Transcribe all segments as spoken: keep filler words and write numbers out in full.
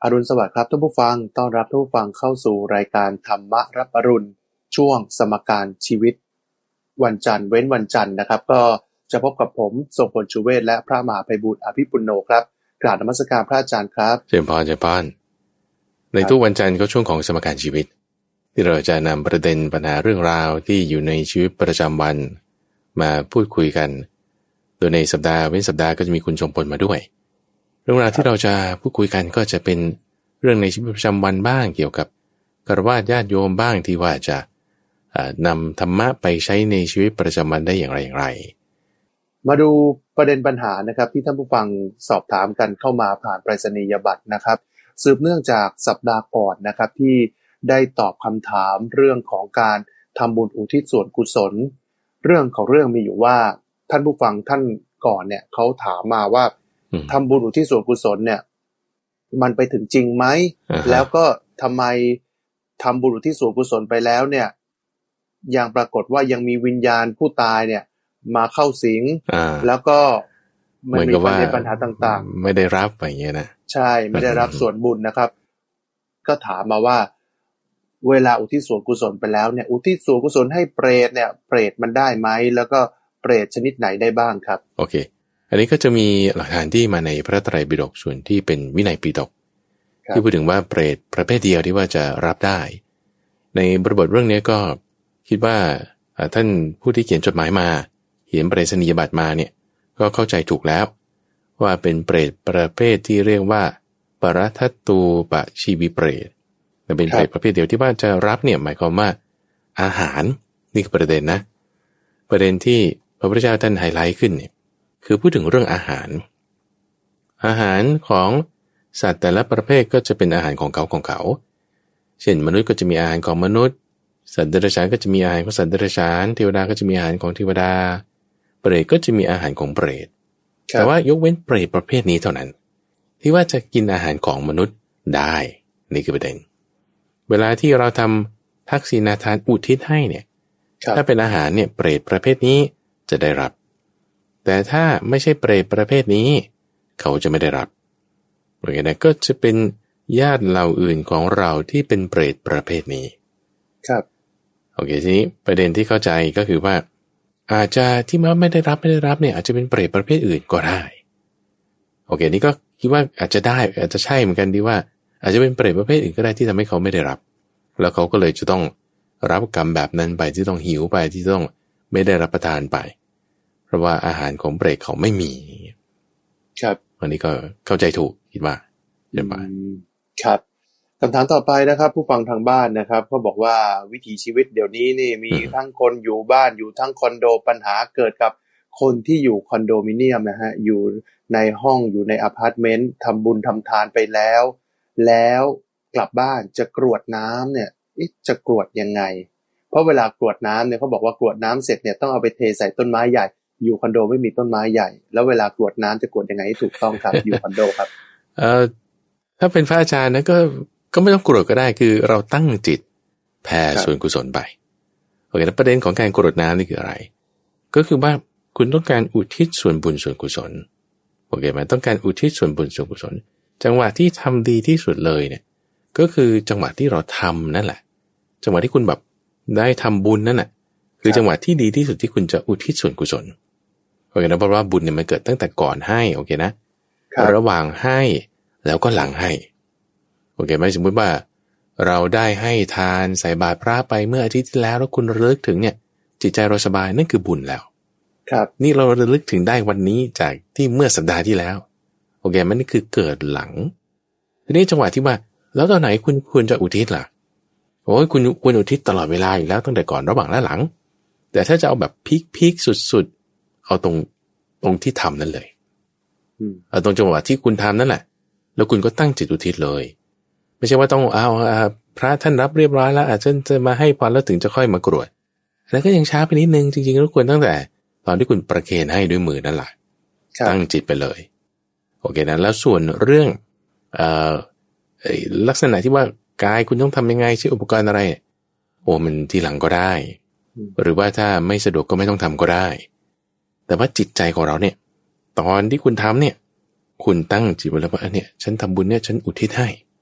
อรุณสวัสดิ์ครับท่านผู้ฟังต้อนรับท่านผู้ฟังเข้าสู่รายการธรรมรับอรุณช่วงสมการชีวิตวันจันทร์เว้นวันจันทร์นะครับก็จะพบกับผมทรงพลชูเวศและพระมหาไพบูลย์อภิปุณโญครับกราบนมัสการพระอาจารย์ครับเจริญพรเจริญพรในทุกวันจันทร์ก็ช่วงของสมการชีวิตที่เราจะนำประเด็นปัญหาเรื่องราวที่อยู่ในชีวิตประจำวันมาพูดคุยกันโดยในสัปดาห์เว้นสัปดาห์ก็จะมีคุณทรงพลมาด้วยเรื่องราวที่เราจะพูดคุยกันก็จะเป็นเรื่องในชีวิตประจำวันบ้างเกี่ยวกับฆราวาสญาติโยมบ้างที่ว่าจะนำธรรมะไปใช้ในชีวิตประจำวันได้อย่างไรอย่างไรมาดูประเด็นปัญหานะครับที่ท่านผู้ฟังสอบถามกันเข้ามาผ่านไปรษณียบัตรนะครับสืบเนื่องจากสัปดาห์ก่อนนะครับที่ได้ตอบคำถามเรื่องของการทำบุญอุทิศส่วนกุศลเรื่องของเรื่องมีอยู่ว่าท่านผู้ฟังท่านก่อนเนี่ยเขาถามมาว่าทำบุญอุทิศส่วนกุศลเนี่ยมันไปถึงจริงไหม uh-huh. แล้วก็ทำไมทำบุญอุทิศส่วนกุศลไปแล้วเนี่ยยังปรากฏว่ายังมีวิญญาณผู้ตายเนี่ยมาเข้าสิง uh-huh. แล้วก็มันมีปัญหาต่างๆไม่ได้รับอย่างเงี้ยนะใช่ไม่ได้รับส่วนบุญนะครับก็ถามมาว่าเวลาอุทิศส่วนกุศลไปแล้วเนี่ยอุทิศส่วนกุศลให้เปรตเนี่ยเปรตมันได้ไหมแล้วก็เปรตชนิดไหนได้บ้างครับโอเคอันนี้ก็จะมีหลักฐานที่มาในพระไตรปิฎกส่วนที่เป็นวินัยปิฎกที่พูดถึงว่าเปรตประเภทเดียวที่ว่าจะรับได้ในบริบทเรื่องนี้ก็คิดว่าท่านผู้ที่เขียนจดหมายมาเขียนไปรษณียบัตรมาเนี่ยก็เข้าใจถูกแล้วว่าเป็นเปรตประเภทที่เรียกว่าปรทัตตูปชีวิเปรตแต่เป็นเปรตประเภทเดียวที่ว่าจะรับเนี่ยหมายความว่าอาหารนี่คือประเด็นนะประเด็นที่พระพุทธเจ้าท่านไฮไลท์ขึ้นเนี่ยคือพูดถึงเรื่องอาหารอาหารของสัตว์แต่ละประเภทก็จะเป็นอาหารของเขาของเขาเช่นมนุษย์ก็จะมีอาหารของมนุษย์สัตว์เดรัจฉานก็จะมีอาหารของสัตว์เดรัจฉานเทวดาก็จะมีอาหารของเทวดาเปรตก็จะมีอาหารของเปรตแต่ว่ายกเว้นเปรตประเภทนี้เท่านั้นที่ว่าจะกินอาหารของมนุษย์ได้นี่คือประเด็นเวลาที่เราทำทักษิณาทานอุทิศให้เนี่ยถ้าเป็นอาหารเนี่ยเปรตประเภทนี้จะได้รับแต่ถ้าไม่ใช่เปรตประเภทนี้เขาจะไม่ได้รับเพราะงั้นก็จะเป็นญาติเหล่าอื่นของเราที่เป็นเปรตประเภทนี้ครับโอเคทีนี้ประเด็นที่เข้าใจก็คือว่าอาจจะที่มาไม่ได้รับไม่ได้รับเนี่ยอาจจะเป็นเปรตประเภทอื่นก็ได้โอเคนี่ก็คิดว่าอาจจะได้อาจจะใช่เหมือนกันดีว่าอาจจะเป็นเปรตประเภทอื่นก็ได้ที่ทำให้เขาไม่ได้รับแล้วเขาก็เลยจะต้องรับกรรมแบบนั้นไปที่ต้องหิวไปที่ต้องไม่ได้รับประทานไปเพราะว่าอาหารของเปรตเขาไม่มีครับอันนี้ก็เข้าใจถูกคิดว่าเดี๋ยวไปครับคำถามต่อไปนะครับผู้ฟังทางบ้านนะครับก็บอกว่าวิถีชีวิตเดี๋ยวนี้นี่มีทั้งคนอยู่บ้านอยู่ทั้งคอนโดปัญหาเกิดกับคนที่อยู่คอนโดมิเนียมนะฮะอยู่ในห้องอยู่ในอพาร์ตเมนต์ทำบุญทำทานไปแล้วแล้วกลับบ้านจะกรวดน้ำเนี่ยจะกรวดยังไงเพราะเวลากรวดน้ำเนี่ยเขาบอกว่ากรวดน้ำเสร็จเนี่ยต้องเอาไปเทใส่ต้นไม้ใหญ่อยู่คอนโดไม่มีต้นไม้ใหญ่แล้วเวลากรวดน้ำจะกรวดยังไงให้ถูกต้องครับ อยู่คอนโดครับเอ่อถ้าเป็นพระอาจารย์นะก็ก็ไม่ต้องกรวดก็ได้คือเราตั้งจิตแผ่ส่วนกุศลไปโอเคแล้วประเด็นของการกรวดน้ำนี่คืออะไรก็คือว่าคุณต้องการอุทิศส่วนบุญส่วนกุศลโอเคไหมต้องการอุทิศส่วนบุญส่วนกุศลจังหวะที่ทำดีที่สุดเลยเนี่ยก็คือจังหวะที่เราทำนั่นแหละจังหวะที่คุณแบบได้ทำบุญนั่นแหละคือจังหวะที่ดีที่สุดที่คุณจะอุทิศส่วนกุศลโอเคนะเพราะว่าบุญเนี่ยมันเกิดตั้งแต่ก่อนให้โอเคนะระหว่างให้แล้วก็หลังให้โอเคไหมสมมติว่าเราได้ให้ทานใส่บาตรพระไปเมื่ออาทิตย์ที่แล้วแล้วคุณระลึกถึงเนี่ยจิตใจเราสบายนั่นคือบุญแล้วครับนี่เราระลึกถึงได้วันนี้จากที่เมื่อสัปดาห์ที่แล้วโอเคมันนี่คือเกิดหลังทีนี้จังหวะที่ว่าแล้วตอนไหนคุณควรจะอุทิศล่ะโอ้ยคุณควรอุทิศตลอดเวลาอยู่แล้วตั้งแต่ก่อนระหว่างและหลังแต่ถ้าจะเอาแบบพีคๆสุดๆเอาตรงตรงที่ทำนั่นเลยเอาตรงจังหวะที่คุณทำนั่นแหละแล้วคุณก็ตั้งจิตอุทิศเลยไม่ใช่ว่าต้องเอาพระท่านรับเรียบร้อยแล้วอาจจะจะมาให้พรแล้วถึงจะค่อยมากรวดแล้วก็ยังช้าไปนิดนึงจริงๆแล้วควรตั้งแต่ตอนที่คุณประเคนให้ด้วยมือนั่นแหละตั้งจิตไปเลยโอเคนะแล้วส่วนเรื่องเอ่อลักษณะที่ว่ากายคุณต้องทำยังไงใช้อุปกรณ์อะไรโอ้มันทีหลังก็ได้หรือว่าถ้าไม่สะดวกก็ไม่ต้องทำก็ได้แต่ว่าจิตใจของเราเนี่ยตอนที่คุณทำเนี่ยคุณตั้งจิตไว้แล้วว่าเนี่ยฉันทำบุญเนี่ยฉันอุทิศให้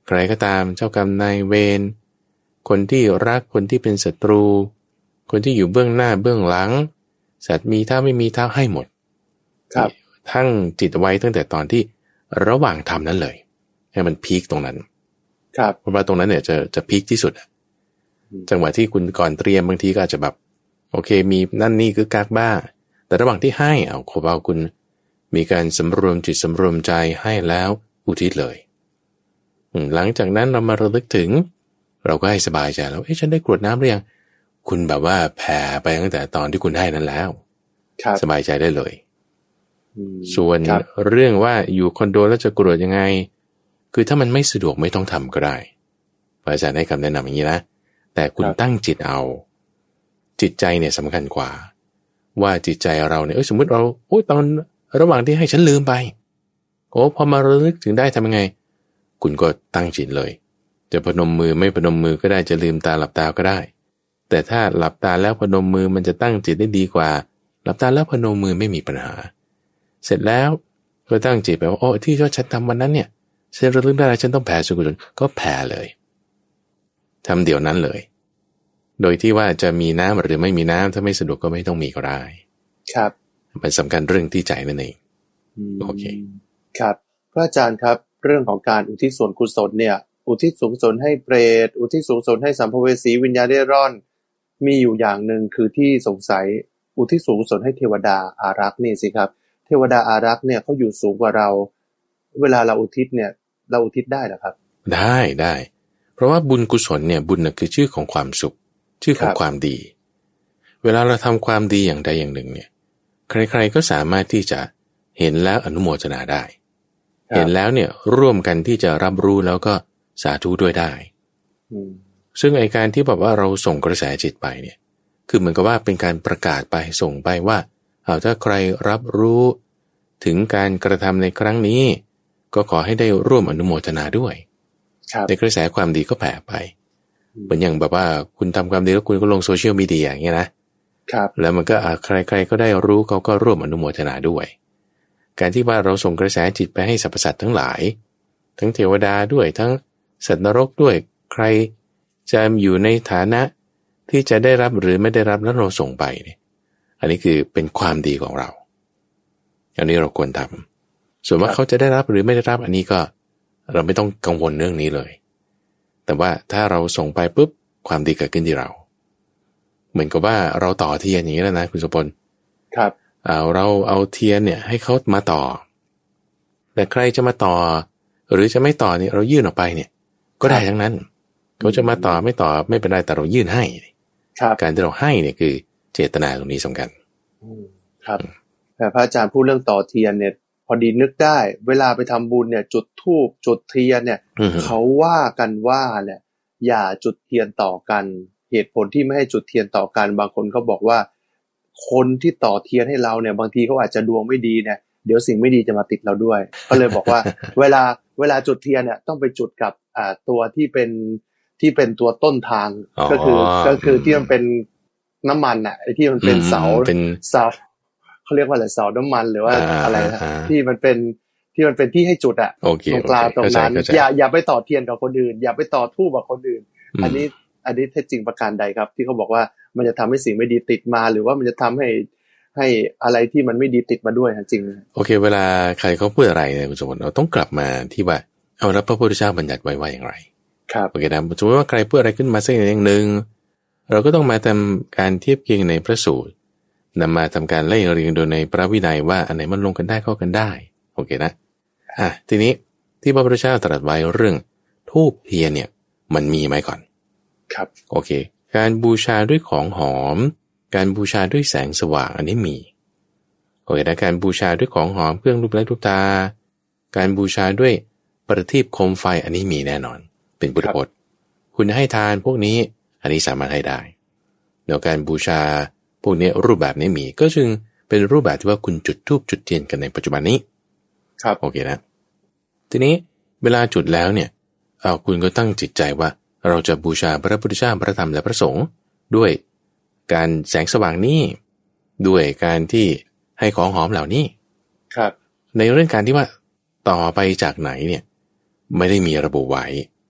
ใครก็ตามเจ้ากรรมนายเวรคนที่รักคนที่เป็นศัตรูคนที่อยู่เบื้องหน้าเบื้องหลังสัตว์มีเท้าไม่มีเท้าให้หมดครับทั้งจิตไว้ตั้งแต่ตอนที่ระหว่างทำนั้นเลยให้มันพีคตรงนั้นครับเพราะว่าตรงนั้นเนี่ยจะจะพีคที่สุดจังหวะที่คุณก่อนเตรียมบางทีก็อาจจะแบบโอเคมีนั่นนี่คือกากบ้าแต่ระหว่างที่ให้เอาขอเอาคุณมีการสำรวมจิตสำรวมใจให้แล้วอุทิศเลยหลังจากนั้นเรามาระลึกถึงเราก็ให้สบายใจแล้วเอ๊ะฉันได้กรวดน้ำหรือยังคุณแบบว่าแผ่ไปตั้งแต่ตอนที่คุณให้นั้นแล้วสบายใจได้เลยส่วนเรื่องว่าอยู่คอนโดแล้วจะกรวดยังไงคือถ้ามันไม่สะดวกไม่ต้องทำก็ได้พระอาจารย์ให้คำแนะนำอย่างนี้นะแต่คุณตั้งจิตเอาจิตใจเนี่ยสำคัญกว่าว่าจิตใจเราเนี่ยเออสมมติเราโอ้ยตอนระหว่างที่ให้ฉันลืมไปโอ้พอมาระลึกถึงได้ทำยังไงคุณก็ตั้งจิตเลยจะพนมมือไม่พนมมือก็ได้จะลืมตาหลับตาก็ได้แต่ถ้าหลับตาแล้วพนมมือมันจะตั้งจิตได้ดีกว่าหลับตาแล้วพนมมือไม่มีปัญหาเสร็จแล้วก็ตั้งจิตไปว่าโอ้ที่ฉันทำวันนั้นเนี่ยฉันระลึกได้แล้วฉันต้องแผ่ส่วนกุศลก็แผ่เลยทำเดี๋ยวนั้นเลยโดยที่ว่าจะมีน้ำหรือไม่มีน้ำถ้าไม่สะดวกก็ไม่ต้องมีก็ได้ครับมันสำคัญเรื่องที่ใจนั่นเองโอเคครับพระอาจารย์ครับเรื่องของการอุทิศส่วนกุศลเนี่ยอุทิศส่วนกุศลให้เปรตอุทิศส่วนกุศลให้สัมภเวสีวิญญาณเร่ร่อนมีอยู่อย่างหนึ่งคือที่สงสัยอุทิศส่วนกุศลให้เทวดาอารักษ์นี่สิครับเทวดาอารักษ์เนี่ยเขาอยู่สูงกว่าเราเวลาเราอุทิศเนี่ยเราอุทิศได้หรอครับได้ได้เพราะว่าบุญกุศลเนี่ยบุญน่ะคือชื่อของความสุขชื่อของความดีเวลาเราทำความดีอย่างใดอย่างหนึ่งเนี่ยใครๆก็สามารถที่จะเห็นแล้วอนุโมทนาได้เห็นแล้วเนี่ยร่วมกันที่จะรับรู้แล้วก็สาธุด้วยได้ซึ่งไอการที่แบบว่าเราส่งกระแสจิตไปเนี่ยคือเหมือนกับว่าเป็นการประกาศไปส่งไปว่าเอาถ้าใครรับรู้ถึงการกระทำในครั้งนี้ก็ขอให้ได้ร่วมอนุโมทนาด้วยในกระแสความดีก็แผ่ไปเหมือนอย่างแบบว่าคุณทำความดีแล้วคุณก็ลงโซเชียลมีเดียอย่างเงี้ยนะครับแล้วมันก็ใครๆก็ได้รู้เขาก็ร่วมอนุโมทนาด้วยการที่ว่าเราส่งกระแสจิตไปให้สรรพสัตว์ทั้งหลายทั้งเทวดาด้วยทั้งสัตว์นรกด้วยใครจะอยู่ในฐานะที่จะได้รับหรือไม่ได้รับแล้วเราส่งไปเนี่ยอันนี้คือเป็นความดีของเราอันนี้เราควรทำส่วนว่าเขาจะได้รับหรือไม่ได้รับอันนี้ก็เราไม่ต้องกังวลเรื่องนี้เลยแต่ว่าถ้าเราส่งไปปุ๊บความดีเกิดขึ้นที่เราเหมือนกับว่าเราต่อเทียนอย่างนี้แล้วนะคุณสุพลครับเอาเราเอาเทียนเนี่ยให้เขามาต่อแต่ใครจะมาต่อหรือจะไม่ต่อเนี่ยเรายื่นออกไปเนี่ยก็ได้ทั้งนั้นเขาจะมาต่อไม่ต่อไม่เป็นไรแต่เรายื่นให้การที่เราให้เนี่ยคือเจตนาตรงนี้สำคัญครับแต่พระอาจารย์พูดเรื่องต่อเทียนเนี่ยพอดีนึกได้เวลาไปทำบุญเนี่ยจุดธูปจุดเทียนเนี่ยเขาว่ากันว่าเนี่ยอย่าจุดเทียนต่อกันเหตุผลที่ไม่ให้จุดเทียนต่อกันบางคนเขาบอกว่าคนที่ต่อเทียนให้เราเนี่ยบางทีเขาอาจจะดวงไม่ดีเนี่ยเดี๋ยวสิ่งไม่ดีจะมาติดเราด้วยก็เลยบอกว่าเวลาเวลาจุดเทียนเนี่ยต้องไปจุดกับอ่าตัวที่เป็นที่เป็นตัวต้นทางก็คือก็คือที่มันเป็นน้ำมันอ่ะไอ้ที่มันเป็นเสาเสาเขาเรียกว่าอะไรเสาน้ำมันหรือว่าอะไรนะที่มันเป็นที่มันเป็นที่ให้จุดอ่ะตรงกลางตรงนั้นอย่าอย่าไปต่อเทียนกับคนอื่นอย่าไปต่อธูปกับคนอื่นอันนี้อันนี้แท้จริงประการใดครับที่เขาบอกว่ามันจะทำให้สิ่งไม่ดีติดมาหรือว่ามันจะทำให้ให้อะไรที่มันไม่ดีติดมาด้วยจริงโอเคเวลาใครเขาพูดอะไรเนี่ยคุณสมบัติเราต้องกลับมาที่ว่าเอาแล้วพระพุทธเจ้าบัญญัติไว้ว่าอย่างไรครับโอเคนะสมมติว่าใครพูดอะไรขึ้นมาสักอย่างหนึ่งเราก็ต้องมาทำการเทียบเคียงในพระสูตรนำมาทำการไล่เรียงโดยในพระวินัยว่าอันไหนมันลงกันได้เข้ากันได้โอเคนะอ่ะทีนี้ที่พระพุทธเจ้าตรัสไว้เรื่องธูปเทียนเนี่ยมันมีไหมก่อนครับโอเคการบูชาด้วยของหอมการบูชาด้วยแสงสว่างอันนี้มีโอเคนะการบูชาด้วยของหอมเครื่องรูปไร้รูปตาการบูชาด้วยประทีปโคมไฟอันนี้มีแน่นอนเป็นพุทธพจน์คุณให้ทานพวกนี้อันนี้สามารถให้ได้แล้วการบูชาพวกนี้รูปแบบนี้มีก็จึงเป็นรูปแบบที่ว่าคุณจุดธูปจุดเทียนกันในปัจจุบันนี้ครับโอเคนะทีนี้เวลาจุดแล้วเนี่ยเอาคุณก็ตั้งจิตใจว่าเราจะบูชาพระพุทธเจ้าพระธรรมและพระสงฆ์ด้วยการแสงสว่างนี้ด้วยการที่ให้ของหอมเหล่านี้ครับในเรื่องการที่ว่าต่อไปจากไหนเนี่ยไม่ได้มีระบุไว้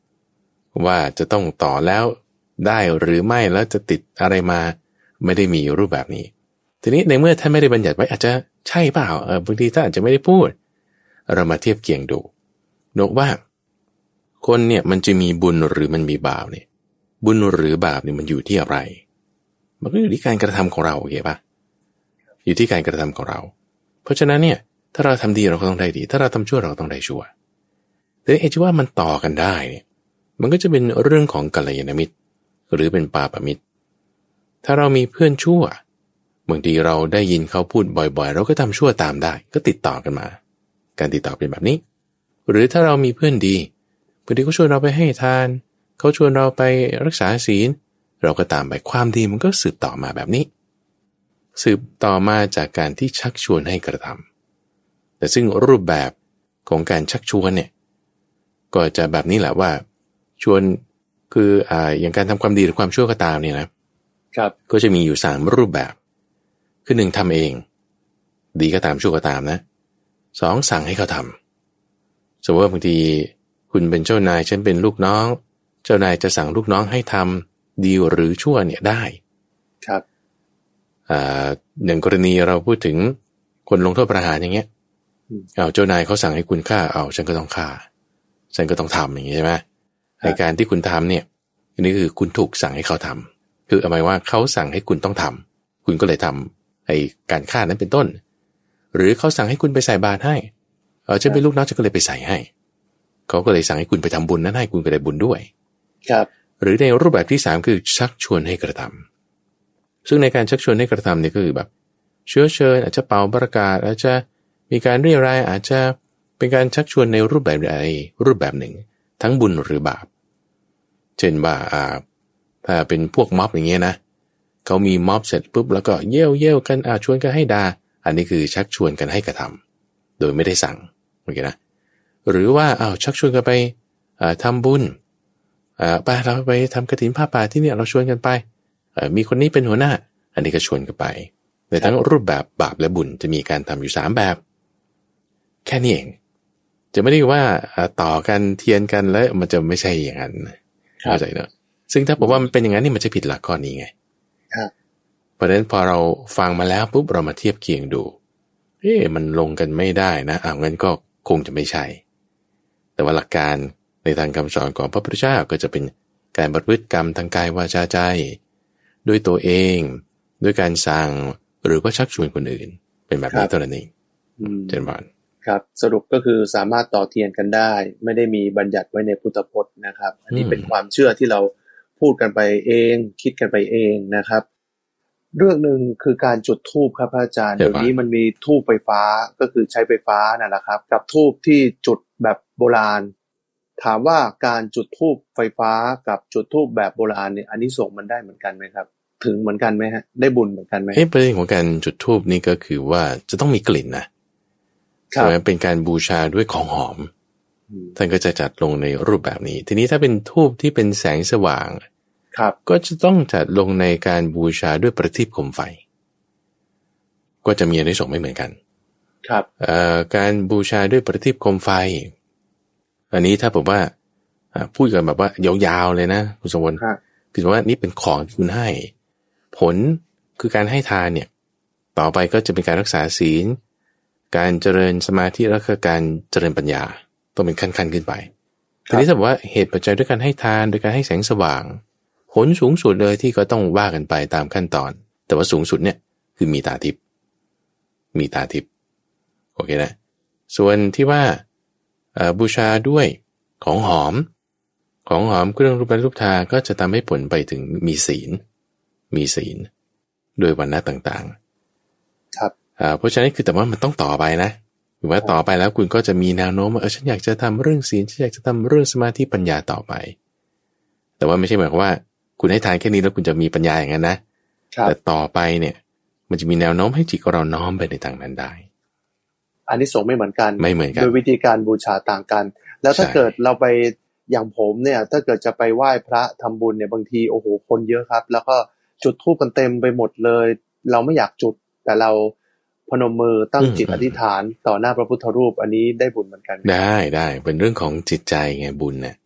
ว่าจะต้องต่อแล้วได้หรือไม่แล้วจะติดอะไรมาไม่ได้มีรูปแบบนี้ทีนี้ในเมื่อท่านไม่ได้บัญญัติไว้อาจจะใช่เปล่าเออบางทีท่านอาจจะไม่ได้พูดเรามาเทียบเคียงดูนกว่าคนเนี่ยมันจะมีบุญหรือมันมีบาปเนี่ยบุญหรือบาปเนี่ยมันอยู่ที่อะไรมันก็อยู่ที่การกระทำของเราโอเคปะอยู่ที่การกระทำของเราเพราะฉะนั้นเนี่ยถ้าเราทำดีเราก็ต้องได้ดีถ้าเราทำชั่วเราก็ต้องได้ชั่วแต่ไอ้ที่ว่ามันต่อกันได้เนี่ยมันก็จะเป็นเรื่องของกัลยาณมิตรหรือเป็นปาปมิตรถ้าเรามีเพื่อนชั่วบางทีเราได้ยินเขาพูดบ่อยๆเราก็ทำชั่วตามได้ก็ติดต่อกันมาการติดต่อเป็นแบบนี้หรือถ้าเรามีเพื่อนดีบางทีเขาชวนเราไปให้ทานเขาชวนเราไปรักษาศีลเราก็ตามไปความดีมันก็สืบต่อมาแบบนี้สืบต่อมาจากการที่ชักชวนให้กระทำแต่ซึ่งรูปแบบของการชักชวนเนี่ยก็จะแบบนี้แหละว่าชวนคืออ่าอย่างการทำความดีหรือความชั่วก็ตามเนี่ยนะครับก็จะมีอยู่สามรูปแบบคือหนึ่งทำเองดีก็ตามชั่วก็ตามนะสองสั่งให้เขาทำสมมติว่าบางทีคุณเป็นเจ้านายฉันเป็นลูกน้องเจ้านายจะสั่งลูกน้องให้ทำดีหรือชั่วเนี่ยได้ครับอ่าหนึ่งกรณีเราพูดถึงคนลงโทษประหารอย่างเงี้ยเอาเจ้านายเขาสั่งให้คุณฆ่าเอาฉันก็ต้องฆ่าฉันก็ต้องทำอย่างนี้ใช่ไหมในการที่คุณทำเนี่ยอันนี้คือคุณถูกสั่งให้เขาทำคือหมายว่าเขาสั่งให้คุณต้องทำคุณก็เลยทำไอ้การฆ่านั้นเป็นต้นหรือเขาสั่งให้คุณไปใส่บาตรให้เออฉันเป็นลูกน้องฉันก็เลยไปใส่ให้เขาก็เลยสั่งให้คุณไปทำบุญนั้นให้คุณก็ได้บุญด้วยครับหรือในรูปแบบที่สามคือชักชวนให้กระทำซึ่งในการชักชวนให้กระทำเนี่ยก็คือแบบเชื้อเชิญอาจจะเป่าประกาศอาจจะมีการเรียรายอาจจะเป็นการชักชวนในรูปแบบใดรูปแบบหนึ่งทั้งบุญหรือบาปเช่นว่าอ่าถ้าเป็นพวกม็อบอย่างเงี้ยนะเขามีม็อบเสร็จปุ๊บแล้วก็เย่เย่กันอ่าชวนกันให้ด่าอันนี้คือชักชวนกันให้กระทำโดยไม่ได้สั่งโอเคนะหรือว่าอ้าวชักชวนกันไปอ่าทำบุญอ่าไปเราไปทำกฐินผ้าป่าที่เนี่ยเราชวนกันไปอ่ามีคนนี้เป็นหัวหน้าอันนี้ก็ชวนกันไปในทั้งรูปแบบบาปและบุญจะมีการทำอยู่สามแบบแค่นี้เองจะไม่ได้ว่าต่อกันเทียนกันแล้วมันจะไม่ใช่อย่างนั้นเข้าใจเนอะซึ่งถ้าบอกว่ามันเป็นอย่างนั้นนี่มันจะผิดหลักข้อนี้ไงเพราะฉะนั้นพอเราฟังมาแล้วปุ๊บเรามาเทียบเคียงดูเอ๊ะมันลงกันไม่ได้นะอ้าวงั้นก็คงจะไม่ใช่แต่ว่าหลักการในทางคำสอนของพระพุทธเจ้าก็จะเป็นการประพฤติกรรมทางกายวาจาใจด้วยตัวเองด้วยการสั่งหรือว่าชักชวนคนอื่นเป็นแบบนี้เท่านั้นเองเจนบานครับสรุปก็คือสามารถต่อเทียนกันได้ไม่ได้มีบัญญัติไว้ในพุทธพจน์นะครับอันนี้เป็นความเชื่อที่เราพูดกันไปเองคิดกันไปเองนะครับเรื่องนึงคือการจุดธูปครับอาจารย์เดี๋ยวนี้มันมีธูปไฟฟ้าก็คือใช้ไฟฟ้านั่นแหละครับกับธูปที่จุดแบบโบราณถามว่าการจุดธูปไฟฟ้ากับจุดธูปแบบโบราณเนี่ยอานิสงส์มันได้เหมือนกันไหมครับถึงเหมือนกันไหมฮะได้บุญเหมือนกันไหมเอ้ประเด็นของการจุดธูปนี่ก็คือว่าจะต้องมีกลิ่นนะใช่ไหมเป็นการบูชาด้วยของหอมท่านก็จะจัดลงในรูปแบบนี้ทีนี้ถ้าเป็นธูปที่เป็นแสงสว่างครับก็จะต้องจัดลงในการบูชาด้วยประทีปโคมไฟก็จะมีอานิสงส์ไม่เหมือนกันครับการบูชาด้วยประทีปโคมไฟอันนี้ถ้าผมว่าพูดกันแบบว่ายาวๆเลยนะคุณสมบัติคือว่านี่เป็นของที่คุณให้ผลคือการให้ทานเนี่ยต่อไปก็จะเป็นการรักษาศีลการเจริญสมาธิและการเจริญปัญญาต้องเป็นขั้นๆขึ้นไปทีนี้ถ้าบอกว่าเหตุปัจจัยด้วยการให้ทานโดยการให้แสงสว่างผลสูงสุดเลยที่ก็ต้องว่ากันไปตามขั้นตอนแต่ว่าสูงสุดเนี่ยคือมีตาทิพย์มีตาทิพย์โอเคนะส่วนที่ว่าบูชาด้วยของหอมของหอมเครื่องรูปรูปทาก็จะทำให้ผลไปถึงมีศีลมีศีลโดยวรรณะต่างๆครับเพราะฉะนั้นคือแต่ว่ามันต้องต่อไปนะหรือว่าต่อไปแล้วคุณก็จะมีแนวโน้มว่าเออฉันอยากจะทำเรื่องศีลฉันอยากจะทำเรื่องสมาธิปัญญาต่อไปแต่ว่าไม่ใช่หมายความว่าคุณให้ทานแค่นี้แล้วคุณจะมีปัญญาอย่างนั้นนะแต่ต่อไปเนี่ยมันจะมีแนวโน้มให้จิตของเราน้อมไปในทางนั้นได้อันนี้สงไม่เหมือนกันไม่เหมือนกันโดยวิธีการบูชาต่างกันแล้วถ้าเกิดเราไปอย่างผมเนี่ยถ้าเกิดจะไปไหว้พระทำบุญเนี่ยบางทีโอ้โหคนเยอะครับแล้วก็จุดธูปกันเต็มไปหมดเลยเราไม่อยากจุดแต่เราพนมมือตั้งจิตอธิษฐานต่อหน้าพระพุทธรูปอันนี้ได้บุญเหมือนกันได้ได้เป็นเรื่องของจิตใจไงบุญเนี่ย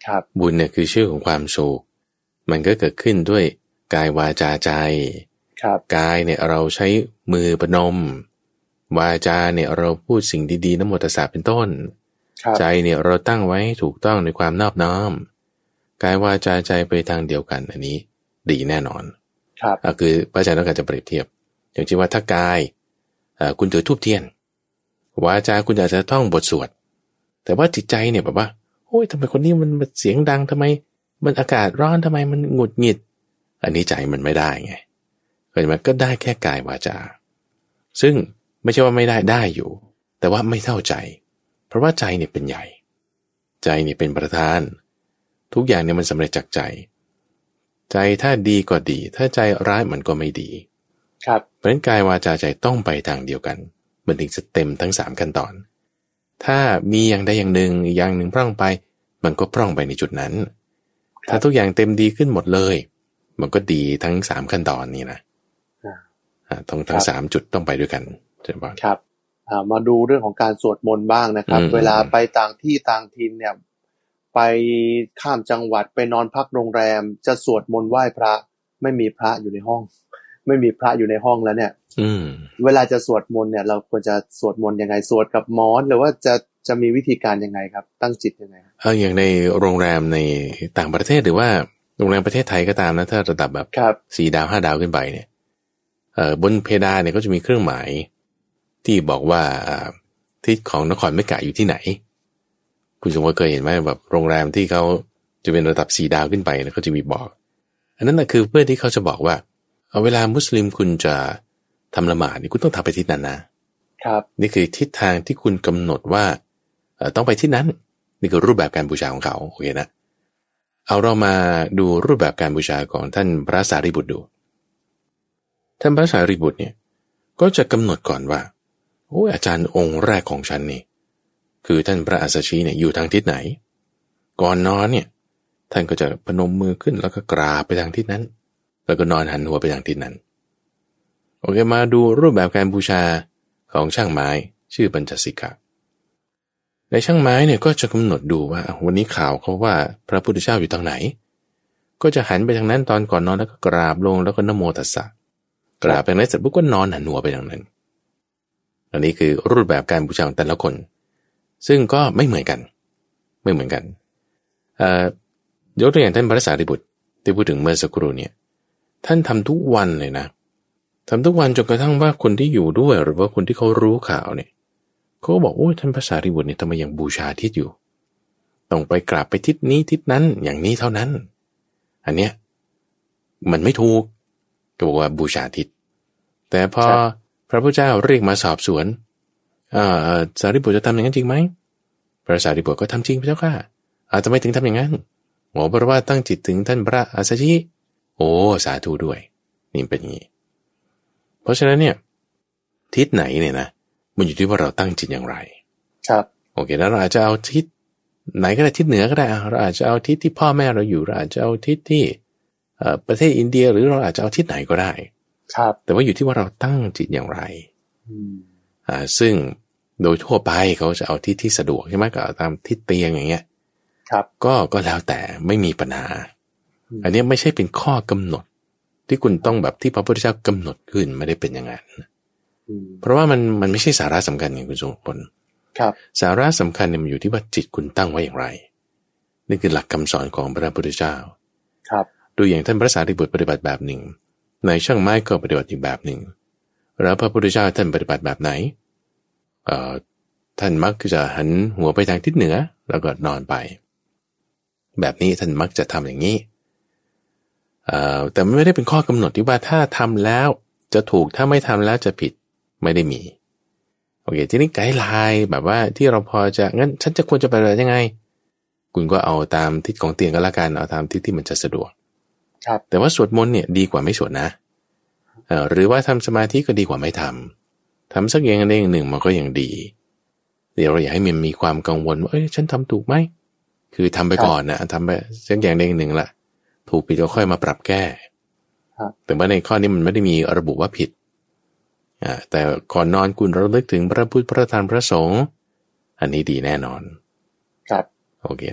ครับบุญเนี่ยคือชื่อของความสุขมันก็เกิดขึ้นด้วยกายวาจาใจครับกายเนี่ยเราใช้มือประนมวาจาเนี่ยเราพูดสิ่งดีๆนะโมตัสสะเป็นต้นใจเนี่ยเราตั้งไว้ถูกต้องในความนอบน้อมกายวาจาใจไปทางเดียวกันอันนี้ดีแน่นอนครับก็คือพระอาจารย์ต้องการจะเปรียบเทียบอย่างเช่นว่าถ้ากายคุณถือธูปเทียนวาจาคุณอาจจะท่องบทสวดแต่ว่าจิตใจเนี่ยแบบว่าโอ้ยทำไมคนนี้มันเสียงดังทำไมมันอากาศร้อนทำไมมันหงุดหงิดอันนี้ใจมันไม่ได้ไงเห็นไหมก็ได้แค่กายวาจาซึ่งไม่ใช่ว่าไม่ได้ได้อยู่แต่ว่าไม่เท่าใจเพราะว่าใจเนี่ยเป็นใหญ่ใจเนี่ยเป็นประธานทุกอย่างเนี่ยมันสำเร็จจากใจใจถ้าดีก็ดีถ้าใจร้ายมันก็ไม่ดีครับเพราะฉะนั้นกายวาจาใจต้องไปทางเดียวกันมันถึงจะเต็มทั้งสามขั้นตอนถ้ามีอย่างใดอย่างหนึ่งอีกอย่างหนึ่งพร่องไปมันก็พร่องไปในจุดนั้นถ้าทุกอย่างเต็มดีขึ้นหมดเลยมันก็ดีทั้งสามขั้นตอนนี้นะอ่าต้องทั้งสามจุดต้องไปด้วยกันใช่ไหมครับอ่ามาดูเรื่องของการสวดมนต์บ้างนะครับเวลาไปต่างที่ต่างถิ่นเนี่ยไปข้ามจังหวัดไปนอนพักโรงแรมจะสวดมนต์ไหว้พระไม่มีพระอยู่ในห้องไม่มีพระอยู่ในห้องแล้วเนี่ยเวลาจะสวดมนต์เนี่ยเราควรจะสวดมนต์ยังไงสวดกับมอนหรือว่าจะจะมีวิธีการยังไงครับตั้งจิตยังไงเอออย่างในโรงแรมในต่างประเทศหรือว่าโรงแรมประเทศไทยก็ตามนะถ้าระดับแบบสี่ดาวห้าดาวขึ้นไปเนี่ยเอ่อบนเพดานเนี่ยก็จะมีเครื่องหมายที่บอกว่าทิศของนครเมกะอยู่ที่ไหนคุณสมมติเคยเห็นไหมแบบโรงแรมที่เขาจะเป็นระดับสี่ดาวขึ้นไปแล้วก็จะมีบอกอันนั้นนะคือเพื่อที่เขาจะบอกว่าเอาเวลามุสลิมคุณจะทำละหมาดนี่คุณต้องทำไปทิศนั้นนะครับนี่คือทิศทางที่คุณกำหนดว่าต้องไปทิศนั้นนี่คือรูปแบบการบูชาของเขาโอเคนะเอาเรามาดูรูปแบบการบูชาของท่านพระสารีบุตรดูท่านพระสารีบุตรเนี่ยก็จะกำหนดก่อนว่าโอ้อาจารย์องค์แรกของฉันนี่คือท่านพระอัสสชีเนี่ยอยู่ทางทิศไหนก่อนนอนเนี่ยท่านก็จะพนมมือขึ้นแล้วก็กราบไปทางทิศนั้นแล้วก็นอนหันหัวไปทางทิศนั้นโอเคมาดูรูปแบบการบูชาของช่างไม้ชื่อปัญจสิกะในช่างไม้เนี่ยก็จะกำหนดดูว่าวันนี้ข่าวเขาว่าพระพุทธเจ้าอยู่ทางไหนก็จะหันไปทางนั้นตอนก่อนนอนแล้วก็กราบลงแล้วก็นะโมตัสสะกราบไปนั้นเสร็จปุ๊บก็นอนหันหัวไปทางนั้นอันนี้คือรูปแบบการบูชาของแต่ละคนซึ่งก็ไม่เหมือนกันไม่เหมือนกันเอ่อยกตัวอย่างท่านพระสารีบุตรที่พูดถึงเมื่อสักครู่เนี่ยท่านทำทุกวันเลยนะทำทุกวันจนกระทั่งว่าคนที่อยู่ด้วยหรือว่าคนที่เขารู้ข่าวเนี่ยเขาก็บอกโอ้ยท่านพระสารีบุตรเนี่ยทำไมยังบูชาทิศอยู่ต้องไปกราบไปทิศนี้ทิศนั้นอย่างนี้เท่านั้นอันเนี้ยมันไม่ถูกก็บอกว่าบูชาทิศแต่พอพระพุทธเจ้าเรียกมาสอบสวนอ่าสารีบุตรจะทำอย่างนั้นจริงไหมพระสารีบุตรก็ทำจริงพระเจ้าค่ะอาจจะไม่ถึงทำอย่างนั้นโอ้เพราะว่าตั้งจิตถึงท่านพระอัสสชิโอ้สาธุด้วยนี่เป็นอย่างนี้เพราะฉะนั้นเนี่ยทิศไหนเนี่ยนะมันอยู่ที่ว่าเราตั้งจิตอย่างไรครับโอเคแล้วเราอาจจะเอาทิศไหนก็ได้ทิศเหนือก็ได้เราอาจจะเอาทิศที่พ่อแม่เราอยู่เราอาจจะเอาทิศที่ประเทศอินเดียหรือเราอาจจะเอาทิศไหนก็ได้ครับแต่ว่าอยู่ที่ว่าเราตั้งจิตอย่างไรอ่าซึ่งโดยทั่วไปเขาจะเอาทิศที่สะดวกใช่ไหมก็ตามทิศเตียงอย่างเงี้ยครับก็ก็แล้วแต่ไม่มีปัญหาอันนี้ไม่ใช่เป็นข้อกำหนดที่คุณต้องแบบที่พระพุทธเจ้ากำหนดขึ้นไม่ได้เป็นอย่างนั้นเพราะว่ามันมันไม่ใช่สาระสำคัญอย่างคุณสมพลครับสาระสำคัญเนี่ยมันอยู่ที่ว่าจิตคุณตั้งไว้อย่างไรนี่คือหลักคำสอนของพระพุทธเจ้าครับดูอย่างท่านพระสารีบุตรปฏิบัติแบบหนึ่งในช่างไม้ก็ปฏิบัติอีกแบบหนึ่งแล้วพระพุทธเจ้าท่านปฏิบัติแบบไหนเอ่อท่านมักจะหันหัวไปทางทิศเหนือแล้วก็นอนไปแบบนี้ท่านมักจะทำอย่างนี้เอ่อแต่ไม่ได้เป็นข้อกำหนดที่ว่าถ้าทำแล้วจะถูกถ้าไม่ทำแล้วจะผิดไม่ได้มีโอเคทีนี้ไกด์ไลน์แบบว่าที่เราพอจะงั้นฉันจะควรจะไปยังไงคุณก็เอาตามทิศของเตียงก็แล้วกันเอาตามทิศที่มันจะสะดวกครับแต่ว่าสวดมนต์เนี่ยดีกว่าไม่สวดนะเอ่อหรือว่าทำสมาธิก็ดีกว่าไม่ทำทำสักอย่างใดอย่างหนึ่งมันก็ยังดีเดี๋ยวเราอยากให้มันมีความกังวลว่าเอ้ยฉันทำถูกไหมคือทำไปก่อนนะทำไปสักอย่างใดอย่างหนึ่งละถูกผิดก็ค่อยมาปรับแก้แต่ว่าในข้อนี้มันไม่ได้มีระบุว่าผิดอ่าแต่ก่อนนอนคุณระลึกถึงพระพุทธพระธรรมพระสงฆ์อันนี้ดีแน่นอนครับโอเคนะ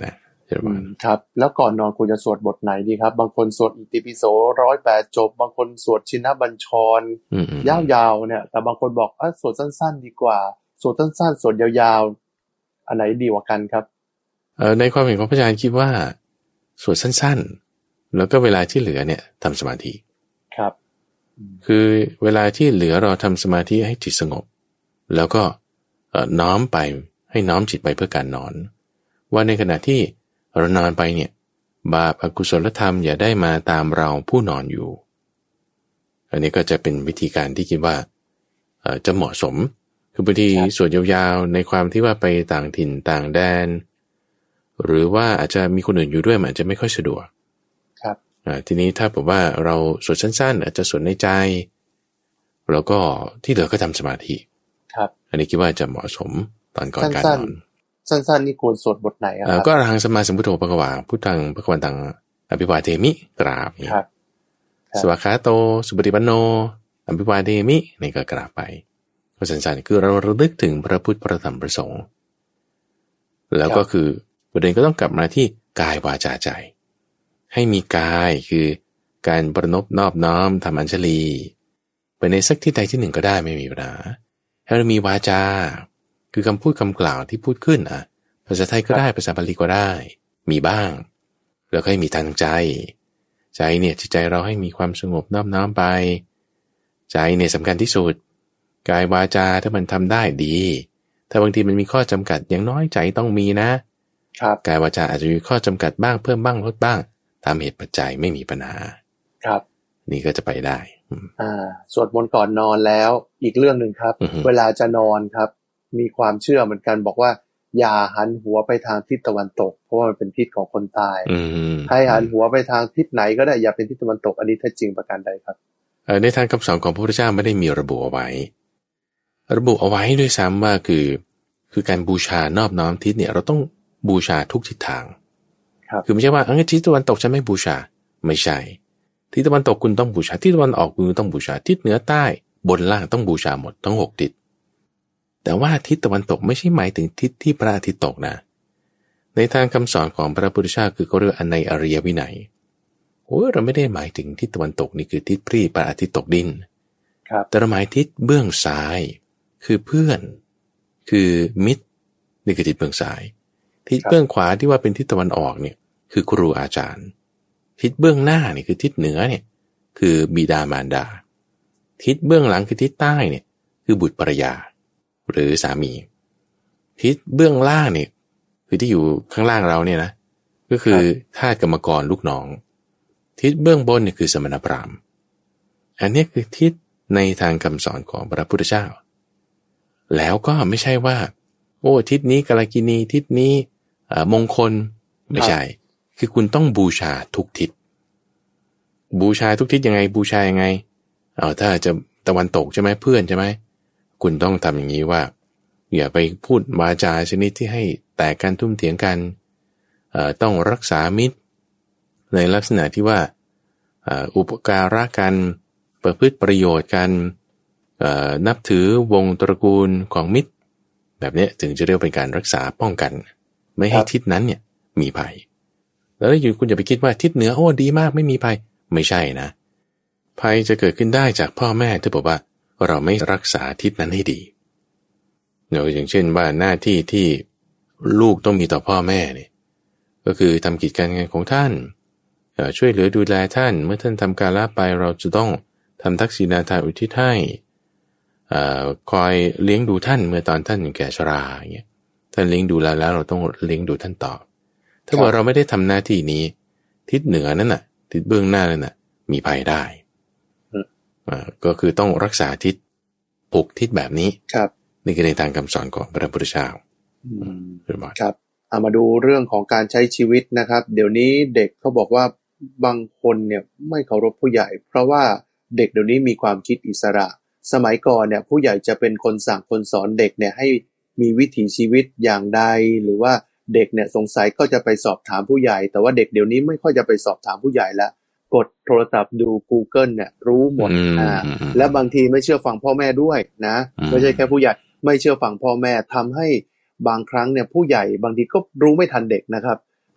ครับแล้วก่อนนอนควรจะสวดบทไหนดีครับบางคนสวดอิติปิโสร้อยแปดจบบางคนสวดชินบัญชรยาวๆเนี่ยแต่บางคนบอกอ่ะสวดสั้นๆดีกว่าสวดสั้นๆสวดยาวๆอันไหนดีกว่ากันครับเอ่อในความเห็นของพระอาจารย์คิดว่าสวดสั้นๆแล้วก็เวลาที่เหลือเนี่ยทำสมาธิครับคือเวลาที่เหลือเราทำสมาธิให้จิตสงบแล้วก็เอ่อน้อมไปให้น้อมจิตไปเพื่อการนอนว่าในขณะที่เรานอนไปเนี่ยบาปอกุศลธรรมอย่าได้มาตามเราผู้นอนอยู่อันนี้ก็จะเป็นวิธีการที่คิดว่าเอ่อจะเหมาะสมคือบางทีสวดยาวๆในความที่ว่าไปต่างถิ่นต่างแดนหรือว่าอาจจะมีคนอื่นอยู่ด้วยมันอาจจะไม่ค่อยสะดวกครับอ่าทีนี้ถ้าบอกว่าเราสวดสั้นๆอาจจะสวดในใจแล้วก็ที่เหลือก็ทำสมาธิครับอันนี้คิดว่าจะเหมาะสมตอนก่อนการนอนสั้นๆนี่ควรสวดบทไหนครับก็อรหังสัมมาสัมพุทโธภควาพุทธังภควันตังอภิวาเทมิกราบครับสวากขาโตสุปฏิปันโนอภิวาเทมินี่ก็กราบไปก็สั้นๆคือเราระลึกถึงพระพุทธพระธรรมพระสงฆ์แล้วก็คือประเด็นก็ต้องกลับมาที่กายวาจาใจให้มีกายคือการประนบนอบน้อมทำอัญชลีไปในสักที่ใดที่หนึ่งก็ได้ไม่มีปัญหาให้เรามีวาจาคือคำพูดคำกล่าวที่พูดขึ้นอ่ะภาษาไทยก็ได้ภาษาบาลีก็ได้มีบ้างแล้วก็ให้มีทางใจใจเนี่ยจิตใจเราให้มีความสงบนอบน้อมไปใจเนี่ยสำคัญที่สุดกายวาจาถ้ามันทำได้ดีถ้าบางทีมันมีข้อจำกัดอย่างน้อยใจต้องมีนะครับกายวาจาอาจจะมีข้อจำกัดบ้างเพิ่มบ้างลดบ้างตามเหตุปัจจัยไม่มีปัญหาครับนี่ก็จะไปได้อ่าสวดมนต์ก่อนนอนแล้วอีกเรื่องนึงครับเวลาจะนอนครับมีความเชื่อเหมือนกันบอกว่าอย่าหันหัวไปทางทิศตะวันตกเพราะว่ามันเป็นทิศของคนตายให้หันหัวไปทางทิศไหนก็ได้อย่าเป็นทิศตะวันตกอันนี้แท้จริงประการใดครับในทางคำสอนของพระพุทธเจ้าไม่ได้มีระบุเอาไว้ระบุเอาไว้ด้วยซ้ำว่าคือคือการบูชานอบน้อมทิศเนี่ยเราต้องบูชาทุกทิศทางครับคือไม่ใช่ว่าอันนี้ทิศตะวันตกฉันไม่บูชาไม่ใช่ทิศตะวันตกคุณต้องบูชาทิศตะวันออกคุณต้องบูชาทิศเหนือใต้บนล่างต้องบูชาหมดทั้งหกทิศแต่ว่าทิศตะวันตกไม่ใช่หมายถึงทิศที่พระอาทิตย์ตกนะในทางคำสอนของพระพุทธเจ้าคือเขาเรียกในอริยวินัยโอ้เราไม่ได้หมายถึงทิศตะวันตกนี่คือทิศที่พระอาทิตย์ตกดินครับแต่เราหมายทิศเบื้องซ้ายคือเพื่อนคือมิตรนี่คือทิศเบื้องซ้ายทิศเบื้องขวาที่ว่าเป็นทิศตะวันออกเนี่ยคือครูอาจารย์ทิศเบื้องหน้านี่คือทิศเหนือเนี่ยคือบิดามารดาทิศเบื้องหลังคือทิศใต้เนี่ยคือบุตรภรรยาหรือสามีทิศเบื้องล่างเนี่ยคือที่อยู่ข้างล่างเราเนี่ยนะก็คือทาสกรรมกรลูกน้องทิศเบื้องบนเนี่ยคือสมณพราหมณ์อันนี้คือทิศในทางคำสอนของพระพุทธเจ้าแล้วก็ไม่ใช่ว่าโอ้ทิศนี้กาลกิณีทิศนี้มงคลไม่ใช่คือคุณต้องบูชาทุกทิศบูชาทุกทิศยังไงบูชายังไงเอาถ้าจะตะวันตกใช่ไหมเพื่อนใช่ไหมคุณต้องทำอย่างนี้ว่าอย่าไปพูดวาจาชนิดที่ให้แตกกันทุ่มเถียงกันต้องรักษามิตรในลักษณะที่ว่าอุปการะกันประพฤติประโยชน์กันนับถือวงตระกูลของมิตรแบบนี้ถึงจะเรียกเป็นการรักษาป้องกันไม่ให้ทิศนั้นเนี่ยมีภัยแล้วอยู่คุณอย่าไปคิดว่าทิศเหนือโอ้ดีมากไม่มีภัยไม่ใช่นะภัยจะเกิดขึ้นได้จากพ่อแม่ที่บอกว่าเราไม่รักษาทิศนั้นให้ดีอย่างเช่นว่าหน้าที่ที่ลูกต้องมีต่อพ่อแม่เนี่ยก็คือทำกิจการงานของท่านช่วยเหลือดูแลท่านเมื่อท่านทำการละไปเราจะต้องทำทักษิณาทานอุทิศให้คอยเลี้ยงดูท่านเมื่อตอนท่านแก่ชราอย่างเงี้ยท่านเลี้ยงดูแล้วแล้วเราต้องเลี้ยงดูท่านต่อถ้าว่าเราไม่ได้ทำหน้าที่นี้ทิศเหนือนั่นน่ะทิศเบื้องหน้านั่นน่ะมีภัยได้ก็คือต้องรักษาทิศผูกทิศแบบนี้ครับนี่คือในทางคำสอนของพระพุทธเจ้าครับเอามาดูเรื่องของการใช้ชีวิตนะครับเดี๋ยวนี้เด็กเขาบอกว่าบางคนเนี่ยไม่เคารพผู้ใหญ่เพราะว่าเด็กเดี๋ยวนี้มีความคิดอิสระสมัยก่อนเนี่ยผู้ใหญ่จะเป็นคนสั่งคนสอนเด็กเนี่ยให้มีวิถีชีวิตอย่างใดหรือว่าเด็กเนี่ยสงสัยก็จะไปสอบถามผู้ใหญ่แต่ว่าเด็กเดี๋ยวนี้ไม่ค่อยจะไปสอบถามผู้ใหญ่แล้วกดโทรศัพท์ดู Google เนี่ยรู้หมดอ่าและบางทีไม่เชื่อฟังพ่อแม่ด้วยนะไม่ใช่แค่ผู้ใหญ่ไม่เชื่อฟังพ่อแม่ทำให้บางครั้งเนี่ยผู้ใหญ่บางทีก็รู้ไม่ทันเด็กนะครับ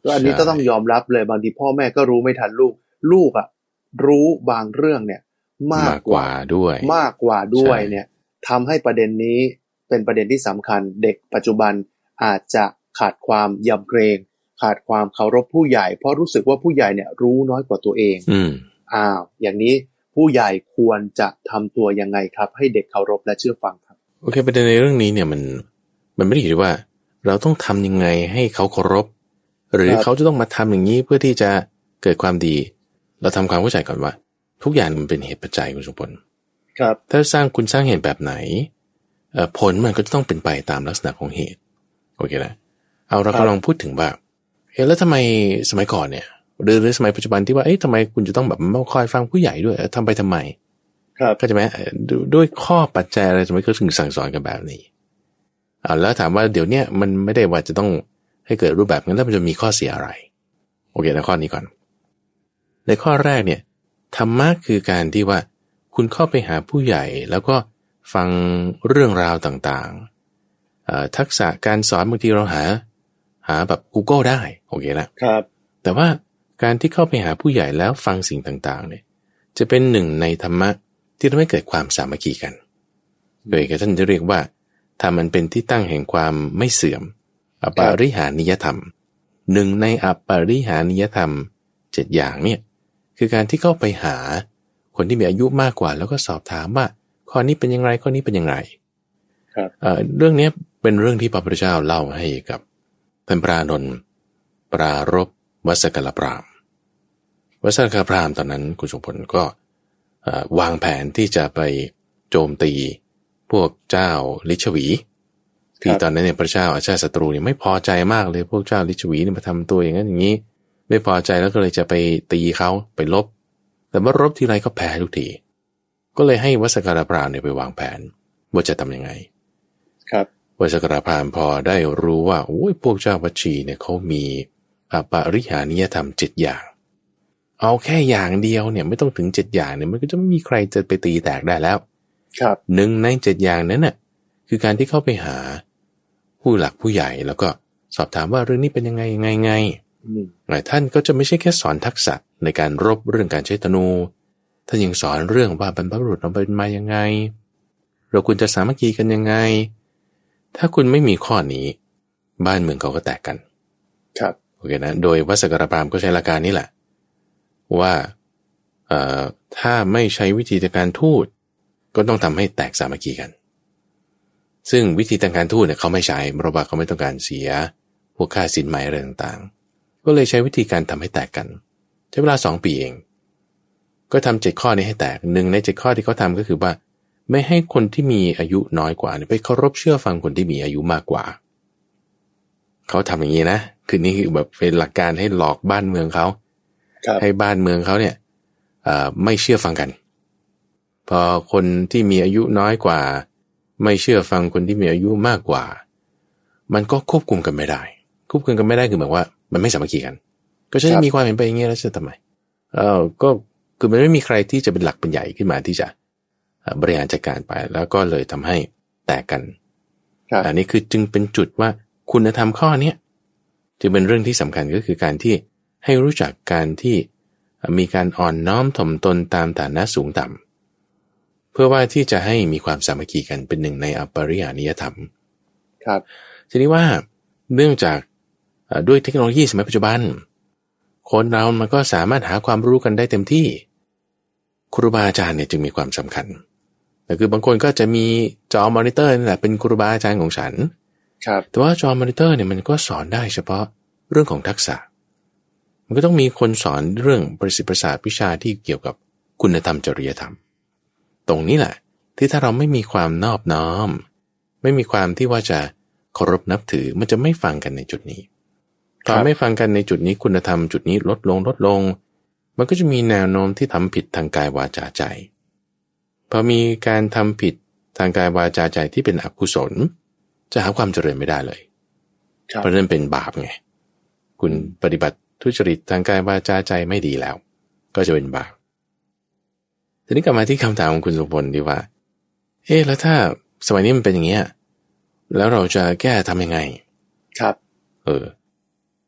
แล้วอันนี้ก็ต้องยอมรับเลยบางทีพ่อแม่ก็รู้ไม่ทันลูกลูกอ่ะรู้บางเรื่องเนี่ยมากกว่าด้วยมากกว่าด้วยเนี่ยทำให้ประเด็นนี้เป็นประเด็นที่สำคัญเด็กปัจจุบันอาจจะขาดความยำเกรงขาดความเคารพผู้ใหญ่เพราะรู้สึกว่าผู้ใหญ่เนี่ยรู้น้อยกว่าตัวเองอืมอ้าวอย่างนี้ผู้ใหญ่ควรจะทำตัวยังไงครับให้เด็กเคารพและเชื่อฟังครับโอเคประเด็นในเรื่องนี้เนี่ยมันมันไม่ได้อยู่ที่ว่าเราต้องทำยังไงให้เขาเคารพหรือเขาจะต้องมาทำอย่างนี้เพื่อที่จะเกิดความดีเราทำความเข้าใจก่อนว่าทุกอย่างมันเป็นเหตุปัจจัยคุณสมพลครับถ้าสร้างคุณสร้างเหตุแบบไหนผลมันก็จะต้องเป็นไปตามลักษณะของเหตุโอเคนะเอาเราก็ลองพูดถึงว่าเอ๊ะแล้วทำไมสมัยก่อนเนี่ยหรือหรือสมัยปัจจุบันที่ว่าเอ๊ะทำไมคุณจะต้องแบบมาคอยฟังผู้ใหญ่ด้วยทำไปทำไมครับเข้าใจไหมด้วยข้อปัจจัยอะไรทำไมเขาถึงสั่งสอนกันแบบนี้อ่าแล้วถามว่าเดี๋ยวเนี้ยมันไม่ได้ว่าจะต้องให้เกิดรูปแบบนั้นแล้วมันจะมีข้อเสียอะไรโอเคนะข้อนี้ก่อนในข้อแรกเนี่ยธรรมะคือการที่ว่าคุณเข้าไปหาผู้ใหญ่แล้วก็ฟังเรื่องราวต่างๆทักษะการสอนบางทีเราหาหาแบบ Google ได้โอเคนะครับแต่ว่าการที่เข้าไปหาผู้ใหญ่แล้วฟังสิ่งต่างๆเนี่ยจะเป็นหนึ่งในธรรมะที่ทำให้เกิดความสามัคคีกันโดยท่านจะเรียกว่าถ้ามันเป็นที่ตั้งแห่งความไม่เสื่อมอปาริหานิยธรรมหนึ่งในอปาริหานิยธรรมเจ็ดอย่างเนี่ยคือการที่เข้าไปหาคนที่มีอายุมากกว่าแล้วก็สอบถามว่าข้อนี้เป็นยังไงข้อนี้เป็นยังไงครับเอ่อเรื่องนี้เป็นเรื่องที่พระพุทธเจ้าเล่าให้กับท่านพระอานนท์ปรารภวัสกลพราหมณ์วัสกลพราหมณ์ตอนนั้นกุศลผลก็วางแผนที่จะไปโจมตีพวกเจ้าลิชวีที่ตอนนั้นเนี่ยพระเจ้าอาชาติศัตรูเนี่ยไม่พอใจมากเลยพวกเจ้าลิชวีเนี่ยมาทำตัวอย่างนั้นอย่างนี้ไม่พอใจแล้วก็เลยจะไปตีเขาไปลบแต่ว่ารบทีไรก็แพ้ทุกทีก็เลยให้วัสกลพราหมณ์เนี่ยไปวางแผนว่าจะทำยังไงครับวัสกลพราหมณ์พอได้รู้ว่าโอ้ยพวกเจ้าวัชชีเนี่ยเขามีอปาริหานิยธรรมเจ็ดอย่างเอาแค่อย่างเดียวเนี่ยไม่ต้องถึงเจ็ดอย่างเนี่ยมันก็จะไม่มีใครจะไปตีแตกได้แล้วครับหนึ่งในเจ็ดอย่างนั้นน่ะคือการที่เข้าไปหาผู้หลักผู้ใหญ่แล้วก็สอบถามว่าเรื่องนี้เป็นยังไงยังไงไงหลายท่านก็จะไม่ใช่แค่สอนทักษะในการรบเรื่องการใช้ธนูท่านยังสอนเรื่องว่าบรรพบุรุษเราเป็นมายังไงเราควรจะสามัคคีกันยังไงถ้าคุณไม่มีข้อนี้บ้านเมืองเขาก็แตกกันครับโอเคนะโดยวัสกลพราหมณ์ก็ใช้หลักการนี้แหละว่าเอ่อถ้าไม่ใช้วิธีการทูตก็ต้องทำให้แตกสามัคคีกันซึ่งวิธีทางการทูตเนี่ยเขาไม่ใช้เพราะว่าเขาไม่ต้องการเสียพวกค่าสินไหมอะไรต่างๆก็เลยใช้วิธีการทำให้แตกกันใช้เวลาสองปีเองก็ทำเจ็ดข้อนี้ให้แตกหนึ่งในเจ็ดข้อที่เขาทำก็คือว่าไม่ให้คนที่มีอายุน้อยกว่าไปเคารพเชื่อฟังคนที่มีอายุมากกว่าเขาทำอย่างนี้นะคือนี่คือแบบเป็นหลักการให้หลอกบ้านเมืองเขาให้บ้านเมืองเขาเนี่ยไม่เชื่อฟังกันพอคนที่มีอายุน้อยกว่าไม่เชื่อฟังคนที่มีอายุมากกว่ามันก็ควบคุมกันไม่ได้ควบคุมกันไม่ได้คือหมายว่ามันไม่สามัคคีกันก็จะมีความเห็นไปอย่างนี้แล้วจะทำไมเออก็คือมันไม่มีใครที่จะเป็นหลักเป็นใหญ่ขึ้นมาที่จะบริหารจัดการไปแล้วก็เลยทำให้แตกกันอันนี้คือจึงเป็นจุดว่าคุณธรรมข้อนี้จึงเป็นเรื่องที่สำคัญก็คือการที่ให้รู้จักการที่มีการอ่อนน้อมถ่อมตนตามฐานะสูงต่ำเพื่อว่าที่จะให้มีความสามัคคีกันเป็นหนึ่งในอปริหานิยธรรมครับทีนี้ว่าเนื่องจากด้วยเทคโนโลยีสมัยปัจจุบันคนเรามันก็สามารถหาความรู้กันได้เต็มที่ครูบาอาจารย์เนี่ยจึงมีความสำคัญแต่คือบางคนก็จะมีจอมอนิเตอร์นี่แหละเป็นครูบาอาจารย์ของฉันครับแต่ว่าจอมอนิเตอร์เนี่ยมันก็สอนได้เฉพาะเรื่องของทักษะมันก็ต้องมีคนสอนเรื่องประสิทธิประสาทวิชาที่เกี่ยวกับคุณธรรมจริยธรรมตรงนี้แหละที่ถ้าเราไม่มีความนอบน้อมไม่มีความที่ว่าจะเคารพนับถือมันจะไม่ฟังกันในจุดนี้ตอนไม่ฟังกันในจุดนี้คุณธรรมจุดนี้ลดลงลดลงมันก็จะมีแนวโน้มที่ทำผิดทางกายวาจาใจพอมีการทำผิดทางกายวาจาใจที่เป็นอกุศลจะหาความเจริญไม่ได้เลยเพราะนั่นเป็นบาปไงคุณปฏิบัติทุจริตทางกายวาจาใจไม่ดีแล้วก็จะเป็นบาปทีนี้กลับมาที่คำถามของคุณสุพลดีว่าเอ๊ะแล้วถ้าสมัยนี้มันเป็นอย่างเงี้ยแล้วเราจะแก้ทำยังไงครับเออ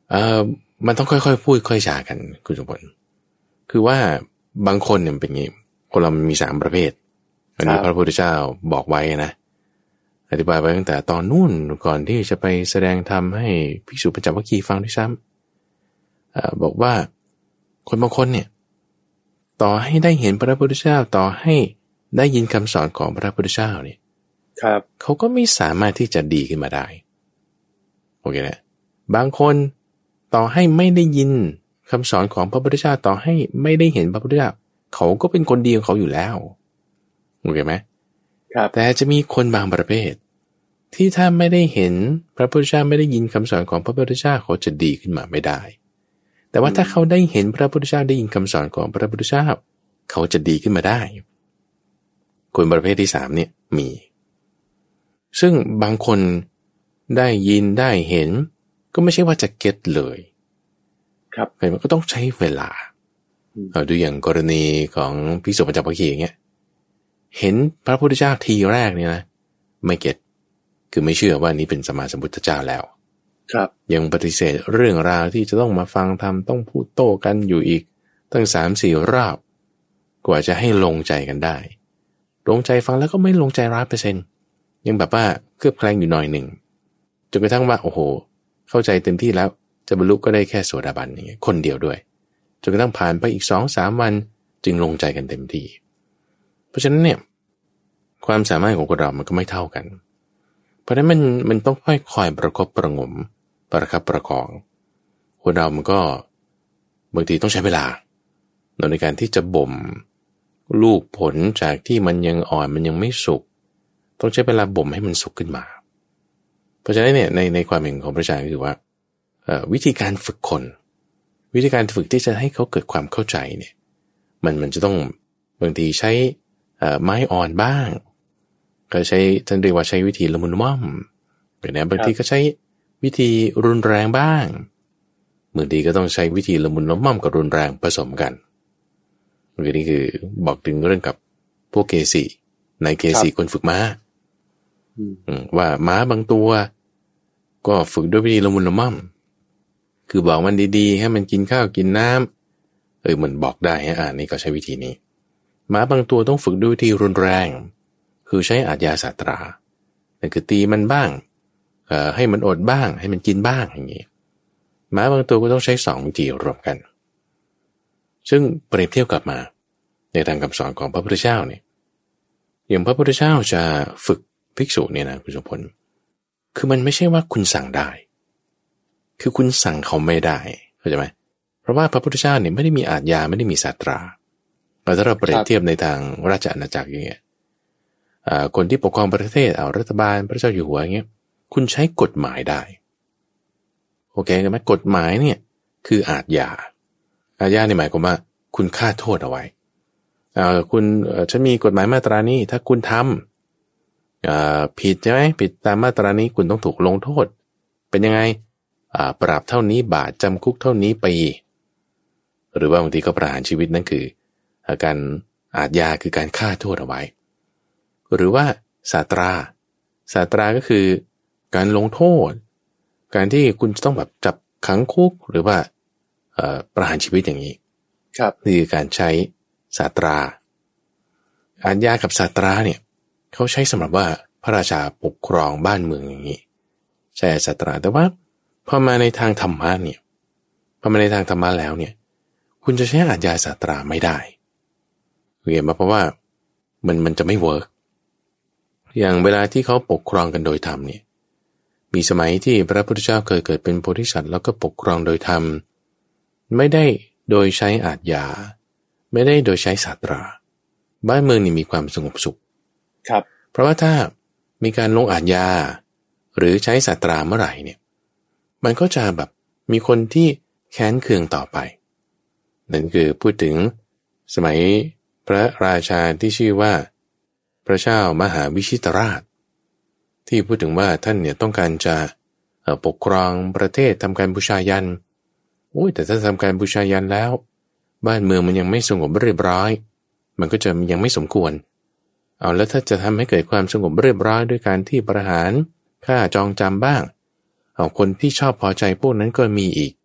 เอ่อมันต้องค่อยๆพูดค่อยจากันคุณสมพลคือว่าบางคนเนี่ยเป็นงี้คนเรามันมีสามประเภทอันนี้พระพุทธเจ้าบอกไว้นะอธิบายไว้ตั้งแต่ตอนนู่นก่อนที่จะไปแสดงธรรมให้ภิกษุปัญจวัคคีย์ฟังด้วยซ้ำเอ่อบอกว่าคนบางคนเนี่ยต่อให้ได้เห็นพระพุทธเจ้าต่อให้ได้ยินคำสอนของพระพุทธเจ้าเนี่ยครับเขาก็ไม่สามารถที่จะดีขึ้นมาได้โอเคนะบางคนต่อให้ไม่ได้ยินคำสอนของพระพุทธเจ้าต่อให้ไม่ได้เห็นพระพุทธเจ้าเขาก็เป็นคนดีของเขาอยู่แล้วโอเคไหมครับแต่จะมีคนบางประเภทที่ถ้าไม่ได้เห็นพระพุทธเจ้าไม่ได้ยินคำสอนของพระพุทธเจ้าเขาจะดีขึ้นมาไม่ได้แต่ว่าถ้าเขาได้เห็นพระพุทธเจ้าได้ยินคำสอนของพระพุทธเจ้าเขาจะดีขึ้นมาได้คนประเภทที่สามเนี่ยมีซึ่งบางคนได้ยินได้เห็นก็ไม่ใช่ว่าจะเก็ตเลยครับมันก็ต้องใช้เวลาเอาดูอย่างกรณีของภิกษุปัญจวัคคีย์อย่างเงี้ยเห็นพระพุทธเจ้าทีแรกเนี่ยนะไม่เก็ตคือไม่เชื่อว่านี้เป็นสัมมาสัมพุทธเจ้าแล้วครับยังปฏิเสธเรื่องราวที่จะต้องมาฟังธรรมต้องพูดโต้กันอยู่อีกตั้งสามสี่รอบกว่าจะให้ลงใจกันได้ลงใจฟังแล้วก็ไม่ลงใจร้อยเปอร์เซ็นต์ยังแบบว่าเคลือบแคลงอยู่หน่อยหนึ่งจนกระทั่งว่าโอ้โหเข้าใจเต็มที่แล้วจะบรรลุก็ได้แค่โสดาบันอย่างเงี้ยคนเดียวด้วยจนกระทั่งผ่านไปอีก สองถึงสาม วันจึงลงใจกันเต็มที่เพราะฉะนั้นเนี่ยความสามารถของคนเรามันก็ไม่เท่ากันเพราะฉะนั้นมันมันต้องค่อยคอยประคบประงมประคับประคองคนเรามันก็บางทีต้องใช้เวลาในการที่จะบ่มลูกผลจากที่มันยังอ่อนมันยังไม่สุกต้องใช้เวลาบ่มให้มันสุกขึ้นมาเพราะฉะนั้นเนี่ยในในความเห็นของพระอาจารย์คือว่าวิธีการฝึกคนวิธีการฝึกที่จะให้เขาเกิดความเข้าใจเนี่ยมันมันจะต้องบางทีใช้ไม้อ่อนบ้างก็ใช้ท่านเรียกว่าใช้วิธีละมุนละม่อมเป็นนะบางทีก็ใช้วิธีรุนแรงบ้างบางทีก็ต้องใช้วิธีละมุนละม่อมกับรุนแรงผสมกันนี่คือบอกถึงเรื่องกับพวกเกสีในเกสีคนฝึกม้าว่าม้าบางตัวก็ฝึกด้วยวิธีละมุนละม่อมคือบอกมันดีๆให้มันกินข้าวกินน้ำเออมันบอกได้ฮะอ่านี่ก็ใช้วิธีนี้ม้าบางตัวต้องฝึกด้วยวิธีรุนแรงคือใช้อาทยาสาตรานั่นคือตีมันบ้างเอ่อให้มันอดบ้างให้มันกินบ้างอย่างนี้ม้าบางตัวก็ต้องใช้สองวิธีรวมกันซึ่งเปรียบเทียบกลับมาในทางคำสอนของพระพุทธเจ้าเนี่ยอย่างพระพุทธเจ้าจะฝึกภิกษุเนี่ยนะคุณสมพลคือมันไม่ใช่ว่าคุณสั่งได้คือคุณสั่งเขาไม่ได้เข้าใจไหมเพราะว่าพระพุทธเจ้าเนี่ยไม่ได้มีอาทยาไม่ได้มีศาสตราแต่ถ้าเราเปรียบเทียบในทางราชอาณาจักรอย่างเงี้ยคนที่ปกครองประเทศเอารัฐบาลพระเจ้าอยู่หัวอย่างเงี้ยคุณใช้กฎหมายได้โอเคกันไหมกฎหมายเนี่ยคืออาทยาอาญาในหมายความว่าคุณฆ่าโทษเอาไว้เอ่อคุณเอ่อฉันมีกฎหมายมาตรานี้ถ้าคุณทำเอ่อผิดใช่ไหมผิดตามมาตรานี้คุณต้องถูกลงโทษเป็นยังไงอ่าปรับเท่านี้บาทจำคุกเท่านี้ปีหรือว่าบางทีก็ประหารชีวิตนั่นคือการอาทยาคือการฆ่าโทษเอาไว้หรือว่าศาตราศาตราก็คือการลงโทษการที่คุณจะต้องแบบจับขังคุกหรือว่าประหารชีวิตอย่างนี้ครับนี่คือการใช้ศาตราอาญากับศาตราเนี่ยเขาใช้สำหรับว่าพระราชาปกครองบ้านเมืองอย่างนี้ใช้ศาตราแต่ว่าพอมาในทางธรรมะเนี่ยพอมาในทางธรรมะแล้วเนี่ยคุณจะใช้อาญาศาตราไม่ได้เรียนมาเพราะว่ามันมันจะไม่เวิร์กอย่างเวลาที่เขาปกครองกันโดยธรรมเนี่ยมีสมัยที่พระพุทธเจ้าเคยเกิดเป็นโพธิสัตว์แล้วก็ปกครองโดยธรรมไม่ได้โดยใช้อาทยาไม่ได้โดยใช้ศาสตราบ้านเมืองนี่มีความสงบสุขครับเพราะว่าถ้ามีการลงอาทยาหรือใช้ศาสตราเมื่อไหร่เนี่ยมันก็จะแบบมีคนที่แค้นเคืองต่อไปนั่นคือพูดถึงสมัยพระราชาที่ชื่อว่าพระเจ้ามหาวิชิตราชที่พูดถึงว่าท่านเนี่ยต้องการจะปกครองประเทศทำการบูชายัญโอ้ยแต่ถ้าทำการบูชายัญแล้วบ้านเมืองมันยังไม่สงบเรียบร้อยมันก็จะยังไม่สมควรเอาแล้วถ้าจะทำให้เกิดความสงบเรียบร้อยด้วยการที่ประหารฆ่าจองจำบ้างเอาคนที่ชอบพอใจพวกนั้นก็มีอีก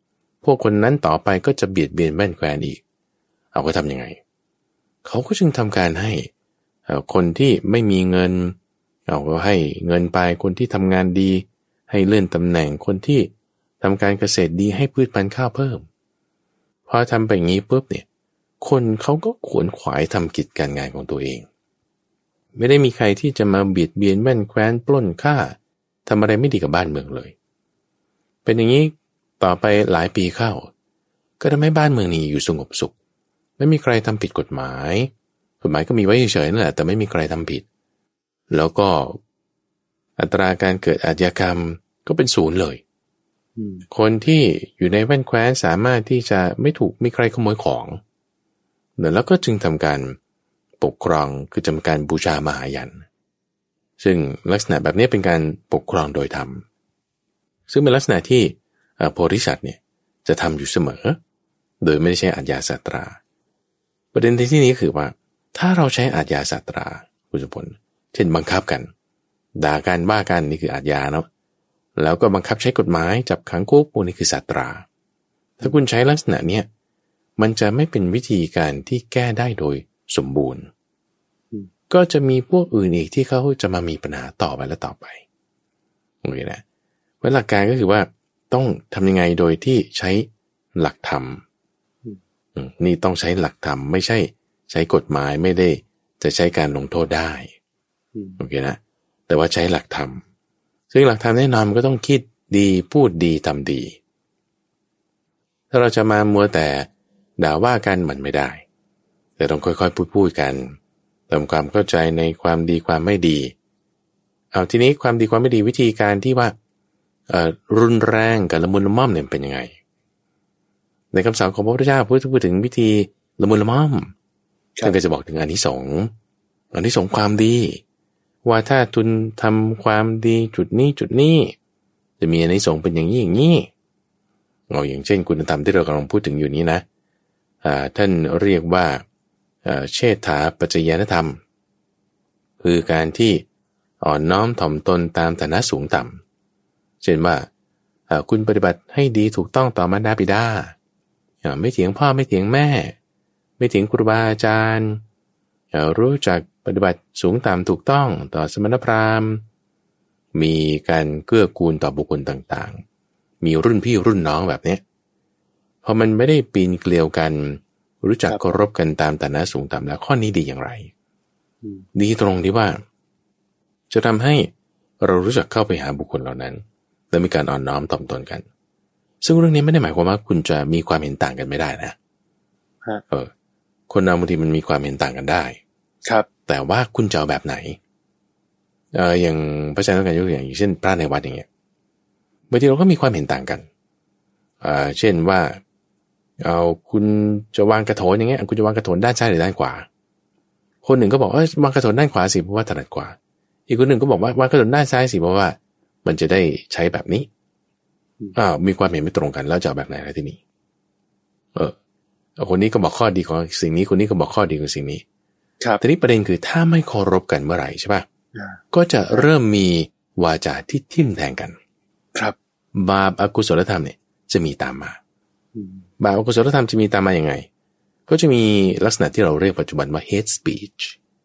พวกคนนั้นต่อไปก็จะเบียดเบียนแว่นแคว้นอีกเอาก็ทำยังไงเขาก็จึงทำการให้คนที่ไม่มีเงินเอาก็ให้เงินไปคนที่ทำงานดีให้เลื่อนตำแหน่งคนที่ทำการเกษตรดีให้พืชพันธุ์ข้าวเพิ่มพอทำไปอย่างนี้ปุ๊บเนี่ยคนเขาก็ขวนขวายทำกิจการงานของตัวเองไม่ได้มีใครที่จะมาเบียดเบียนแว่นแคว้นปล้นฆ่าทำอะไรไม่ดีกับบ้านเมืองเลยเป็นอย่างนี้ต่อไปหลายปีเข้าก็ทำให้บ้านเมืองนี้อยู่สงบสุขไม่มีใครทำผิดกฎหมายกฎหมายก็มีไว้เฉยๆนั่นแหละแต่ไม่มีใครทำผิดแล้วก็อัตราการเกิดอาชญากรรมก็เป็นศูนย์เลยคนที่อยู่ในแว่นแคว้นสามารถที่จะไม่ถูกมีใครขโมยของแล้วก็จึงทำการปกครองคือทำการบูชามหายันซึ่งลักษณะแบบนี้เป็นการปกครองโดยธรรมซึ่งเป็นลักษณะที่โพธิสัตว์เนี่ยจะทำอยู่เสมอโดยไม่ได้ใช้อาญาสัตราประเด็นในที่นี้คือว่าถ้าเราใช้อาญาสัตราคุณสุพลเช่นบังคับกันด่ากันบ้ากันนี่คืออาญาเนาะแล้วก็บังคับใช้กฎหมายจับขังคุกพวกนี้คือสัตราถ้าคุณใช้ลักษณะเนี้ยมันจะไม่เป็นวิธีการที่แก้ได้โดยสมบูรณ์ก็จะมีพวกอื่นอีกที่เขาจะมามีปัญหาต่อไปและต่อไปโอเคนะเพราะหลักการก็คือว่าต้องทำยังไงโดยที่ใช้หลักธรรมนี่ต้องใช้หลักธรรมไม่ใช่ใช้กฎหมายไม่ได้จะใช้การลงโทษได้โอเคนะแต่ว่าใช้หลักธรรมซึ่งหลักธรรมแน่นอนมันก็ต้องคิดดีพูดดีทำดีถ้าเราจะมามัวแต่ด่าว่ากันมันไม่ได้แต่ต้องค่อยๆพูดพูดกันทำความเข้าใจในความดีความไม่ดีเอาทีนี้ความดีความไม่ดีวิธีการที่ว่ารุนแรงกับละมุนละม่อมเนี่ยเป็นยังไงในคำสอนของพระพุทธเจ้าพูดพูดถึงวิธีละมุนละม่อมท่านก็จะบอกถึงอานิสงส์อานิสงส์ความดีว่าถ้าคุณทำความดีจุดนี้จุดนี้จะมีอานิสงส์เป็นอย่างนี้อย่างนี้เอาอย่างเช่นคุณธรรมที่เรากำลังพูดถึงอยู่นี้นะท่านเรียกว่าเชษฐาปัจจยานธรรมคือการที่อ่อนน้อมถ่อมตนตามฐานะสูงต่ำเช่นว่าคุณปฏิบัติให้ดีถูกต้องต่อมารดาบิดาไม่เถียงพ่อไม่เถียงแม่ไม่เถียงครูบาอาจารย์รู้จักปฏิบัติสูงต่ำถูกต้องต่อสมณพราหมณ์มีการเกื้อกูลต่อบุคคลต่างๆมีรุ่นพี่รุ่นน้องแบบนี้พอมันไม่ได้ปีนเกลียวกันรู้จักเคารพกันตามฐานะสูงต่ำแล้วข้อนี้ดีอย่างไรดีตรงที่ว่าจะทำให้เรารู้จักเข้าไปหาบุคคลเหล่านั้นและมีการอ่อนน้อมถ่อมตนกันซึ่งเรื่องนี้ไม่ได้หมายความว่าคุณจะมีความเห็นต่างกันไม่ได้นะเออคนเราบางทีมันมีความเห็นต่างกันได้ครับแต่ว่าคุณจะเอาแบบไหนเอออย่างพระอาจารย์ต้องการยกตัวอย่างอย่างเช่นพระในวัดอย่างเงี้ยบางทีเราก็มีความเห็นต่างกันอ่าเช่นว่าเอาคุณจะวางกระโถนอย่างเงี้ยคุณจะวางกระโถนด้านซ้ายหรือด้านขวาคนหนึ่งก็บอกเออวางกระโถนด้านขวาสิเพราะว่าถนัดกว่าอีกคนหนึ่งก็บอกว่าวางกระโถนด้านซ้ายสิเพราะว่ามันจะได้ใช้แบบนี้อ้าวมีความเห็นไม่ตรงกันแล้วจะเอาแบบไหนล่ะที่นี่เออคนนี้ก็บอกข้อดีของสิ่งนี้คนนี้ก็บอกข้อดีของสิ่งนี้ครับทีนี้ประเด็นคือถ้าไม่เคารพกันเมื่อไหร่ใช่ป่ะก็จะเริ่มมีวาจาที่ทิ่มแทงกันครับบาปอกุศลธรรมเนี่ยจะมีตามมาบาปอกุศลธรรมจะมีตามมาอย่างไงก็จะมีลักษณะที่เราเรียกปัจจุบันว่า hate speech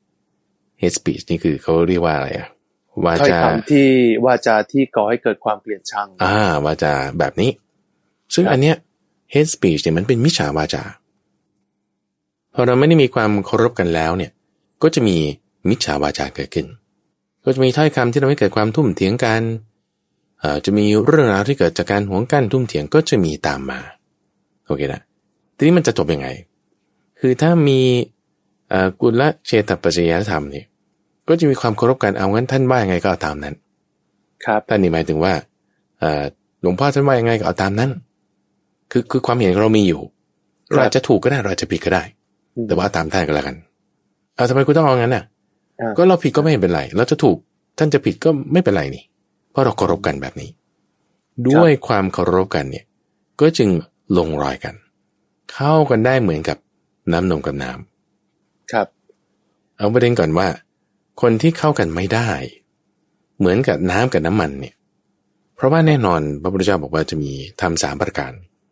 hate speech นี่คือเขาเรียกว่าอะไรอะวาจาที่วาจาที่ก่อให้เกิดความเกลียดชังอ่าวาจาแบบนี้ซึ่งอันเนี้ย hate speech เนี่ยมันเป็นมิจฉาวาจาพอเราไม่ได้มีความเคารพกันแล้วเนี่ยก็จะมีมิจฉาวาจาเกิดขึ้นก็จะมีถ้อยคำที่ทำให้เกิดความทุ่มเถียงกันเอ่อจะมีเรื่องราวที่เกิดจากการหวงกั้นทุ่มเถียงก็จะมีตามมาโอเคนะทีนี้มันจะจบยังไงคือถ้ามีเอ่อกุลเชตปัจจยธรรมเนี่ยก็จะมีความเคารพกันเอางั้นท่านว่ายังไงก็เอาตามนั้นครับท่านนี่หมายถึงว่าเอ่อหลวงพ่อท่านว่ายังไงก็เอาตามนั้นคือคือความเห็นเรามีอยู่เราอาจจะถูกก็ได้เราจะผิดก็ได้แต่ว่าตามท่านก็แล้วกันเอาทำไมคุณต้องเอางั้นน่ะก็เราผิดก็ไม่เป็นไรเราจะถูกท่านจะผิดก็ไม่เป็นไรนี่เพราะเราเคารพกันแบบนี้ด้วยความเคารพกันเนี่ยก็จึงลงรอยกันเข้ากันได้เหมือนกับน้ำนมกับน้ำครับเอาประเด็นก่อนว่าคนที่เข้ากันไม่ได้เหมือนกับน้ำกับน้ำมันเนี่ยเพราะว่าแน่นอนพระพุทธเจ้าบอกว่าจะมีทำสามประการ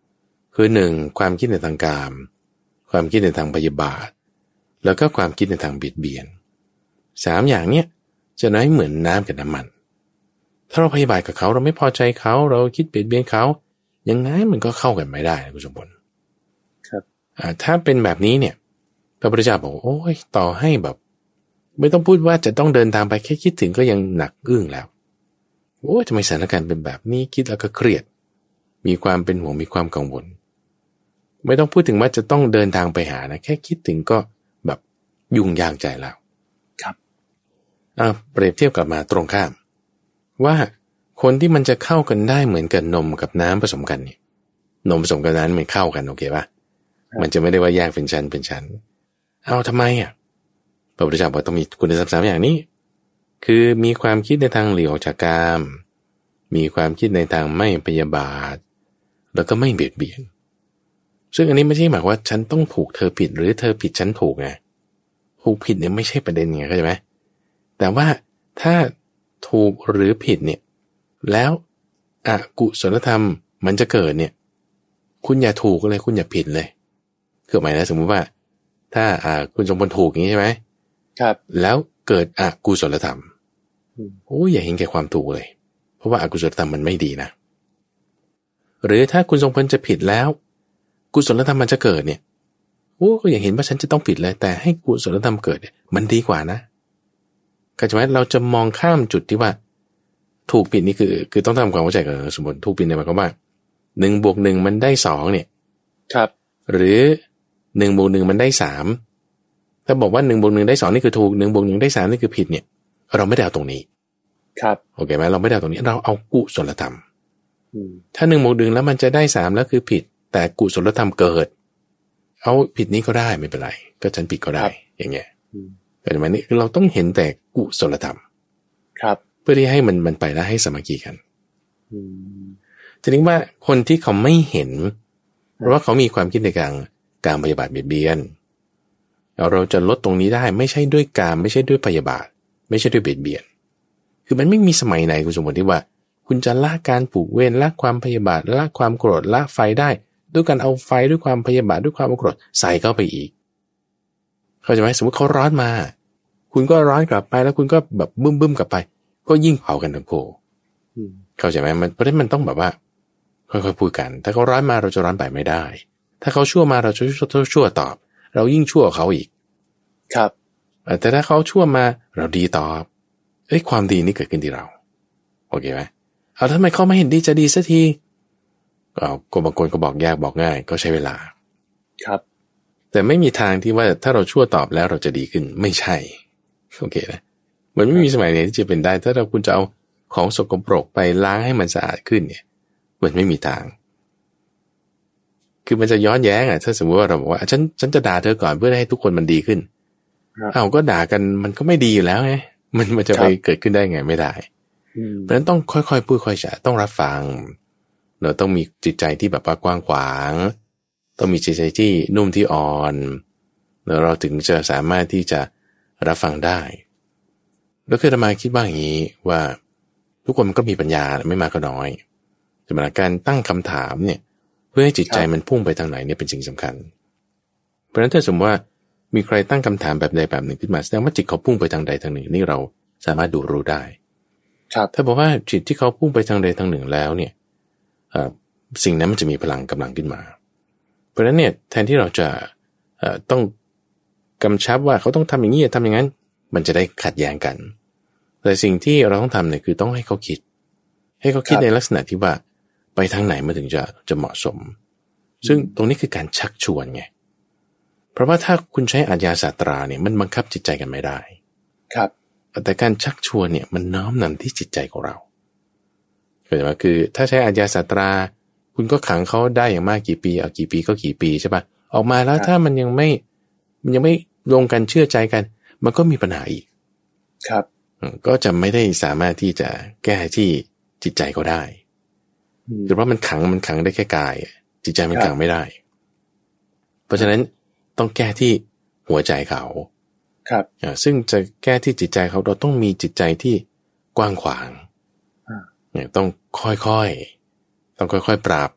คือหนึ่งความคิดในทางกามความคิดในทางพยาบาทแล้วก็ความคิดในทางเบียดเบียนสามอย่างเนี้ยจะน้อยเหมือนน้ำกับน้ำมันถ้าเราพยาบาทกับเขาเราไม่พอใจเขาเราคิดเบียดเบียนเขายังไงมันก็เข้ากันไม่ได้นะคุณสมบัติครับอ่าถ้าเป็นแบบนี้เนี่ยพระพุทธเจ้าบอกโอ้ยต่อให้แบบไม่ต้องพูดว่าจะต้องเดินทางไปแค่คิดถึงก็ยังหนักอึ้งแล้วโอ้ยทำไมสถานการณ์เป็นแบบนี้คิดแล้วก็เครียดมีความเป็นห่วงมีความกังวลไม่ต้องพูดถึงว่าจะต้องเดินทางไปหานะแค่คิดถึงก็แบบยุ่งยากใจแล้วครับอ่าเปรียบเทียบกลับมาตรงข้ามว่าคนที่มันจะเข้ากันได้เหมือนกับนมกับน้ำผสมกันเนี่ยนมผสมกับน้ำมันเข้ากันโอเคปะมันจะไม่ได้ว่าแยกเป็นชั้นเป็นชั้นเอาทำไมอ่ะพระพุทธเจ้าบอกต้องมีคุณสมบัติสามอย่างนี้คือมีความคิดในทางหลีกออกจากกามมีความคิดในทางไม่พยาบาทแล้วก็ไม่เบียดเบียนซึ่งอันนี้ไม่ใช่หมายว่าฉันต้องถูกเธอผิดหรือเธอผิดฉันถูกไงถูกผิดเนี่ยไม่ใช่ประเด็นไงเข้าใจไหมแต่ว่าถ้าถูกหรือผิดเนี่ยแล้วอกุศลธรรมมันจะเกิดเนี่ยคุณอย่าถูกเลยคุณอย่าผิดเลยคือหมายนะสมมุติว่าถ้าอ่าคุณสมบูรณ์ถูกอย่างนี้ใช่ไหมครับแล้วเกิดอกุศลธรรมโอ้ยอย่าเห็นแก่ความถูกเลยเพราะว่าอกุศลธรรมมันไม่ดีนะหรือถ้าคุณทรงพลจะผิดแล้วกุศลธรรมมันจะเกิดเนี่ยโอ้ก็อย่าเห็นว่าฉันจะต้องผิดเลยแต่ให้กุศลธรรมเกิดเนี่ยมันดีกว่านะเข้าใจไหมเราจะมองข้ามจุดที่ว่าถูกผิดนี่คือคือต้องทำความเข้าใจกันสมมติถูกผิดเนี่ยหมายความว่าหนึ่งบวกหนึ่งมันได้สองเนี่ยครับหรือหนึ่งบวกหนึ่งมันได้สามถ้าบอกว่าหนึ่งบวกหนึ่งได้สองนี่คือถูกหนึ่งบวกหนึ่งได้สามนี่คือผิดเนี่ยเราไม่ได้เอาตรงนี้ครับโอเคไหมเราไม่ได้เอาตรงนี้เราเอากุศลธรรมถ้าหนึ่งบวกหนึ่งแล้วมันจะได้สามแล้วคือผิดแต่กุศลธรรมเกิดเอาผิดนี้ก็ได้ไม่เป็นไรก็ฉันผิดก็ได้อย่างเงี้ยแต่ในนี้คือเราต้องเห็นแต่กุศลธรรมครับเพื่อที่ให้มันมันไปแล้วให้สามัคคีกันทีนี้ว่าคนที่เขาไม่เห็นเพราะว่าเขามีความคิดในการการพยาบาทเบียดเบียนเราจะลดตรงนี้ได้ไม่ใช่ด้วยการไม่ใช่ด้วยพยาบาทไม่ใช่ด้วยเบียดเบียนคือมันไม่มีสมัยไหนคุณสมบัติที่ว่าคุณจะละการผูกเวรละความพยาบาทละความโกรธละไฟได้ด้วยการเอาไฟด้วยความพยาบาทด้วยความโกรธใส่เข้าไปอีกเข้าใจไหมสมมติเขาร้อนมาคุณก็ร้อนกลับไปแล้วคุณก็แบบบึ้มบึ้มกลับไปก็ยิ่งเผากันทั้งคู่เข้าใจไหมมันเพราะฉะนั้นมันต้องแบบว่าค่อยๆพูดกันถ้าเขาร้อนมาเราจะร้อนไปไม่ได้ถ้าเขาชั่วมาเราจะชั่วชั่วตอบเรายิ่งชั่วเขาอีกครับแต่ถ้าเขาชั่วมาเราดีตอบเอ้ยความดีนี่เกิดขึ้นที่เราโอเคไหมเอาทำไมเขาไม่เห็นดีจะดีสักทีเอาก็บางคนก็บอกยากบอกง่ายก็ใช้เวลาครับแต่ไม่มีทางที่ว่าถ้าเราชั่วตอบแล้วเราจะดีขึ้นไม่ใช่โอเคนะมันไม่มีสมัยไหนที่จะเป็นได้ถ้าเราคุณจะเอาของสกปรกไปล้างให้มันสะอาดขึ้นเนี่ยมันไม่มีทางคือมันจะย้อนแย้งอ่ะถ้าสมมติว่าเราบอกว่าฉันฉันจะด่าเธอก่อนเพื่อให้ทุกคนมันดีขึ้นอ้าวก็ด่ากันมันก็ไม่ดีอยู่แล้วไงมันมันจะไปเกิดขึ้นได้ไงไม่ได้เพราะฉะนั้นต้องค่อยๆพูดค่อยๆจะต้องรับฟังเราต้องมีจิตใจที่แบบว่ากว้างขวางต้องมีจิตใจที่นุ่มที่อ่อนแล้วเราถึงจะสามารถที่จะรับฟังได้แล้วคืออาตมาคิดว่าอย่างนี้ว่าทุกคนมันก็มีปัญญาไม่มากก็น้อยแต่ในการตั้งคำถามเนี่ยเพื่อให้จิตใจมันพุ่งไปทางไหนเนี่ยเป็นสิ่งสำคัญเพราะฉะนั้นถ้าสมมติว่ามีใครตั้งคำถามแบบใดแบบหนึ่งขึ้นมาแสดงว่าจิตเขาพุ่งไปทางใดทางหนึ่งนี่เราสามารถดูรู้ได้ถ้าบอกว่าจิตที่เขาพุ่งไปทางใดทางหนึ่งแล้วเนี่ยสิ่งนั้นมันจะมีพลังกำลังขึ้นมาเพราะฉะนั้นเนี่ยแทนที่เราจะต้องกำชับว่าเขาต้องทำอย่างนี้ทำอย่างนั้นมันจะได้ขัดแย้งกันแต่สิ่งที่เราต้องทำเนี่ยคือต้องให้เขาคิดให้เขาคิดในลักษณะที่ว่าไปทางไหนมันถึงจะจะเหมาะสมซึ่งตรงนี้คือการชักชวนไงเพราะว่าถ้าคุณใช้อาญาสาตราเนี่ยมันบังคับจิตใจกันไม่ได้ครับแต่การชักชวนเนี่ยมันน้อมนำที่จิตใจของเราเข้าใจไหมคือถ้าใช้อาญาสาตราคุณก็ขังเขาได้อย่างมากกี่ปีเอากี่ปีก็กี่ปีใช่ปะออกมาแล้วถ้ามันยังไม่มันยังไม่ลงกันเชื่อใจกันมันก็มีปัญหาอีกครับก็จะไม่ได้สามารถที่จะแก้ที่จิตใจเขาได้หรือว่ามันขังมันขังได้แค่กายจิตใจมันขังไม่ได้เพราะฉะนั้นต้องแก้ที่หัวใจเขาครับซึ่งจะแก้ที่จิตใจเขาเราต้องมีจิตใจที่กว้างขวางเนี่ยต้องค่อยๆต้องค่อยๆปรับ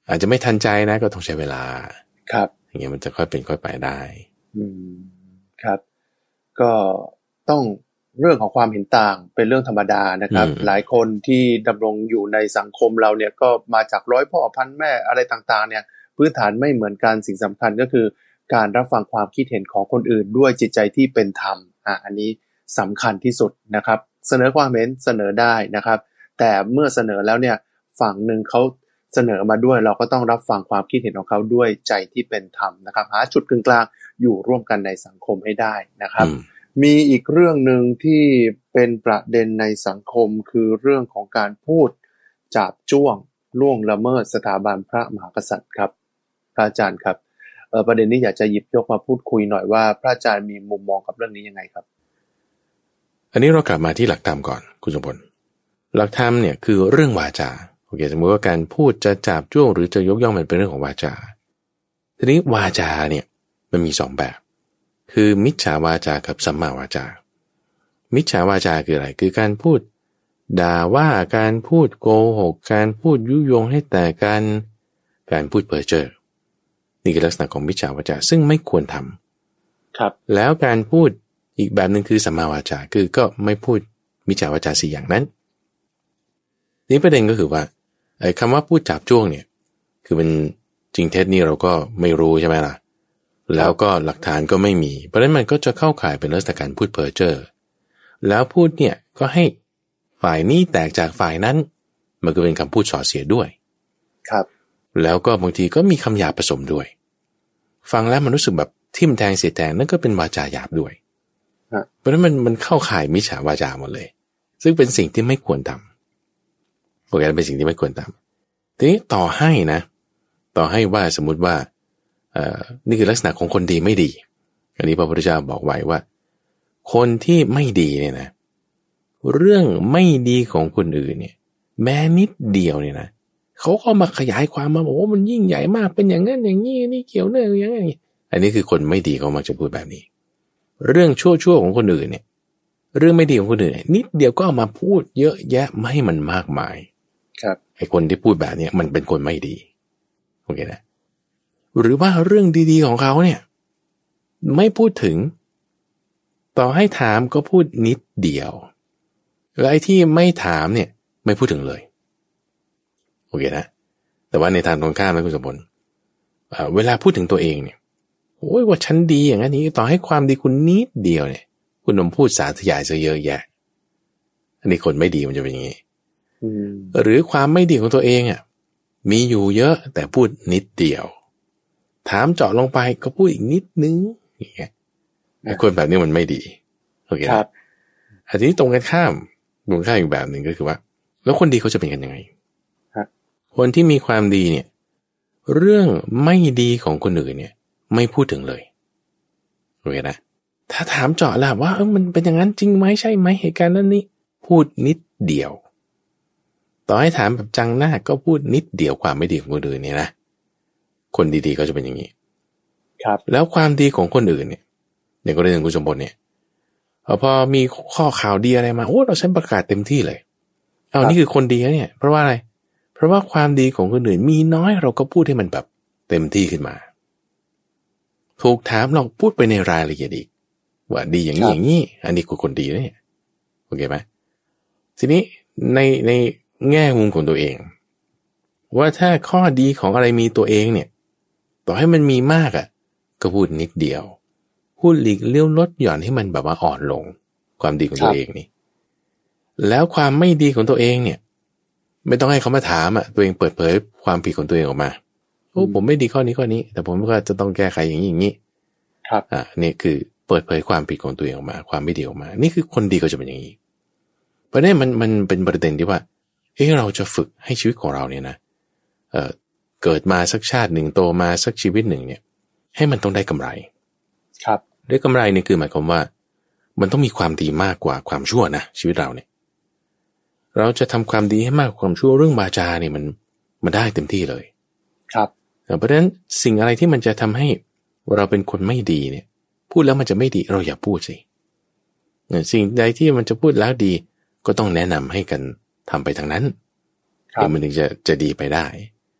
อาจจะไม่ทันใจนะก็ต้องใช้เวลาครับอย่างเงี้ยมันจะค่อยเป็นค่อยไปได้อืมครับก็ต้องเรื่องของความเห็นต่างเป็นเรื่องธรรมดานะครับหลายคนที่ดำรงอยู่ในสังคมเราเนี่ยก็มาจากร้อยพ่อพันแม่อะไรต่างๆเนี่ยพื้นฐานไม่เหมือนกันสิ่งสำคัญก็คือการรับฟังความคิดเห็นของคนอื่นด้วยจิตใจที่เป็นธรรมอ่ะอันนี้สำคัญที่สุดนะครับเสนอความเห็นเสนอได้นะครับแต่เมื่อเสนอแล้วเนี่ยฝั่งหนึ่งเขาเสนอมาด้วยเราก็ต้องรับฟังความคิดเห็นของเขาด้วยใจที่เป็นธรรมนะครับหาจุดกึ่งกลางอยู่ร่วมกันในสังคมให้ได้นะครับมีอีกเรื่องหนึ่งที่เป็นประเด็นในสังคมคือเรื่องของการพูดจาบจ้วงล่วงละเมิดสถาบันพระมหากษัตริย์ครับพระอาจารย์ครับเอ่อประเด็นนี้อยากจะหยิบยกมาพูดคุยหน่อยว่าพระอาจารย์มีมุมมองกับเรื่องนี้ยังไงครับอันนี้เรากลับมาที่หลักธรรมก่อนคุณสมพลหลักธรรมเนี่ยคือเรื่องวาจาโอเคสมมติว่าการพูดจะจาบจ้วงหรือจะยกย่องมันเป็นเรื่องของวาจาทีนี้วาจาเนี่ยมันมีสองแบบคือมิจฉาวาจากับสัมมาวาจามิจฉาวาจาคืออะไรคือการพูดด่าว่าการพูดโกหกการพูดยุยงให้แตกกันการพูดเพ้อเจ้อนี่คือลักษณะของมิจฉาวาจาซึ่งไม่ควรทำครับแล้วการพูดอีกแบบหนึ่งคือสัมมาวาจาคือก็ไม่พูดมิจฉาวาจาสี่อย่างนั้นนี่ประเด็นก็คือว่าไอ้คำว่าพูดจาบจ้วงเนี่ยคือมันจริงเท็จนี่เราก็ไม่รู้ใช่ไหมล่ะแล้วก็หลักฐานก็ไม่มีเพราะฉะนั้นมันก็จะเข้าข่ายเป็นลักษณะการพูดเพ้อเจ้อแล้วพูดเนี่ยก็ให้ฝ่ายนี้แตกจากฝ่ายนั้นมันก็เป็นคำพูดส่อเสียด้วยครับแล้วก็บางทีก็มีคำหยาบผสมด้วยฟังแล้วมันรู้สึกแบบทิ่มแทงเสียดแทงนั่นก็เป็นวาจาหยาบด้วยเพราะฉะนั้นมันมันเข้าข่ายมิจฉาวาจาหมดเลยซึ่งเป็นสิ่งที่ไม่ควรทำโอเคเป็นสิ่งที่ไม่ควรทำทีนี้ต่อให้นะต่อให้ว่าสมมุติว่าเอ่อนี่คือลักษณะของคนดีไม่ดีอันนี้พระพุทธเจ้าบอกไว้ว่าคนที่ไม่ดีเนี่ยนะเรื่องไม่ดีของคนอื่นเนี่ยแม้นิดเดียวเนี่ยนะเขาก็มาขยายความมาบอกว่ามันยิ่งใหญ่มากเป็นอย่างนั้นอย่างนี้นี่เกี่ยวเนื่องอย่างนี้อันนี้คือคนไม่ดีเขามักจะพูดแบบนี้เรื่องชั่วๆของคนอื่นเนี่ยเรื่องไม่ดีของคนอื่นนิดเดียวก็เอามาพูดเยอะแยะไม่ให้มันมากมายครับไอ้คนที่พูดแบบนี้มันเป็นคนไม่ดีโอเคนะหรือว่าเรื่องดีๆของเขาเนี่ยไม่พูดถึงต่อให้ถามก็พูดนิดเดียวแล้วไอ้ที่ไม่ถามเนี่ยไม่พูดถึงเลยโอเคนะแต่ว่าในทางตรงข้ามนะคุณสมบัติเวลาพูดถึงตัวเองเนี่ยโอ้ยว่าฉันดีอย่างนี้ต่อให้ความดีคุณนิดเดียวเนี่ยคุณนมพูดสาธยายซะเยอะแยะอันนี้คนไม่ดีมันจะเป็นอย่างนี้หรือความไม่ดีของตัวเองอ่ะมีอยู่เยอะแต่พูดนิดเดียวถามเจาะลงไปก็พูดอีกนิดนึงอย่างเงี้ยไอ้คนแบบนี้มันไม่ดีโอเคครับอันนี้ตรงกันข้ามตรงข้ามอีกแบบหนึ่งก็คือว่าแล้วคนดีเขาจะเป็นกันยังไงคนที่มีความดีเนี่ยเรื่องไม่ดีของคนอื่นเนี่ยไม่พูดถึงเลยโอเคนะถ้าถามเจาะล่ะว่าเออมันเป็นอย่างนั้นจริงไหมใช่ไหมเหตุการณ์นั้นนี้พูดนิดเดียวต่อให้ถามแบบจังหน้าก็พูดนิดเดียวความไม่ดีของคนอื่นเนี่ยนะคนดีๆก็จะเป็นอย่างนี้ครับแล้วความดีของคนอื่นเนี่ยอย่างกรณีของคุณสมบัติเนี่ยพอมีข้อข่าวดีอะไรมาโอ้เราฉันประกาศเต็มที่เลยเอานี่คือคนดีนะเนี่ยเพราะว่าอะไรเพราะว่าความดีของคนอื่นมีน้อยเราก็พูดให้มันแบบเต็มที่ขึ้นมาถูกถามเราพูดไปในรายละเอียดอีกว่าดีอย่างนี้อย่างนี้อันนี้คือคนดีนะเนี่ยโอเคไหมทีนี้ในในแง่มุมของตัวเองว่าถ้าข้อดีของอะไรมีตัวเองเนี่ยต่อให้มันมีมากอ่ะก็พูดนิดเดียวพูดหลีกเลี้ยวลดหย่อนให้มันแบบว่าอ่อนลงความดีของตัวเองนี่แล้วความไม่ดีของตัวเองเนี่ยไม่ต้องให้เขามาถามอ่ะตัวเองเปิดเผยความผิดของตัวเองออกมาโอ้ผมไม่ดีข้อนี้ข้อนี้แต่ผมก็จะต้องแก้ไขอย่างนี้อย่างนี้ครับอ่านี่คือเปิดเผยความผิดของตัวเองออกมาความไม่ดีออกมานี่คือคนดีก็จะเป็นอย่างนี้เพราะนี่มันมันเป็นประเด็นที่ว่าเอ๊ะเราจะฝึกให้ชีวิตของเราเนี่ยนะเอ่อเกิดมาสักชาติหนึ่งโตมาสักชีวิตหนึ่งเนี่ยให้มันต้องได้กำไรครับได้กำไรนี่คือหมายความว่ามันต้องมีความดีมากกว่าความชั่วนะชีวิตเราเนี่ยเราจะทำความดีให้มากกว่าความชั่วเรื่องวาจาเนี่ยมันมันได้เต็มที่เลยครับเพราะฉะนั้นสิ่งอะไรที่มันจะทำให้เราเป็นคนไม่ดีเนี่ยพูดแล้วมันจะไม่ดีเราอย่าพูดสิสิ่งใดที่มันจะพูดแล้วดีก็ต้องแนะนำให้กันทำไปทางนั้นเดี๋ยวมันถึงจะจะดีไปได้เพ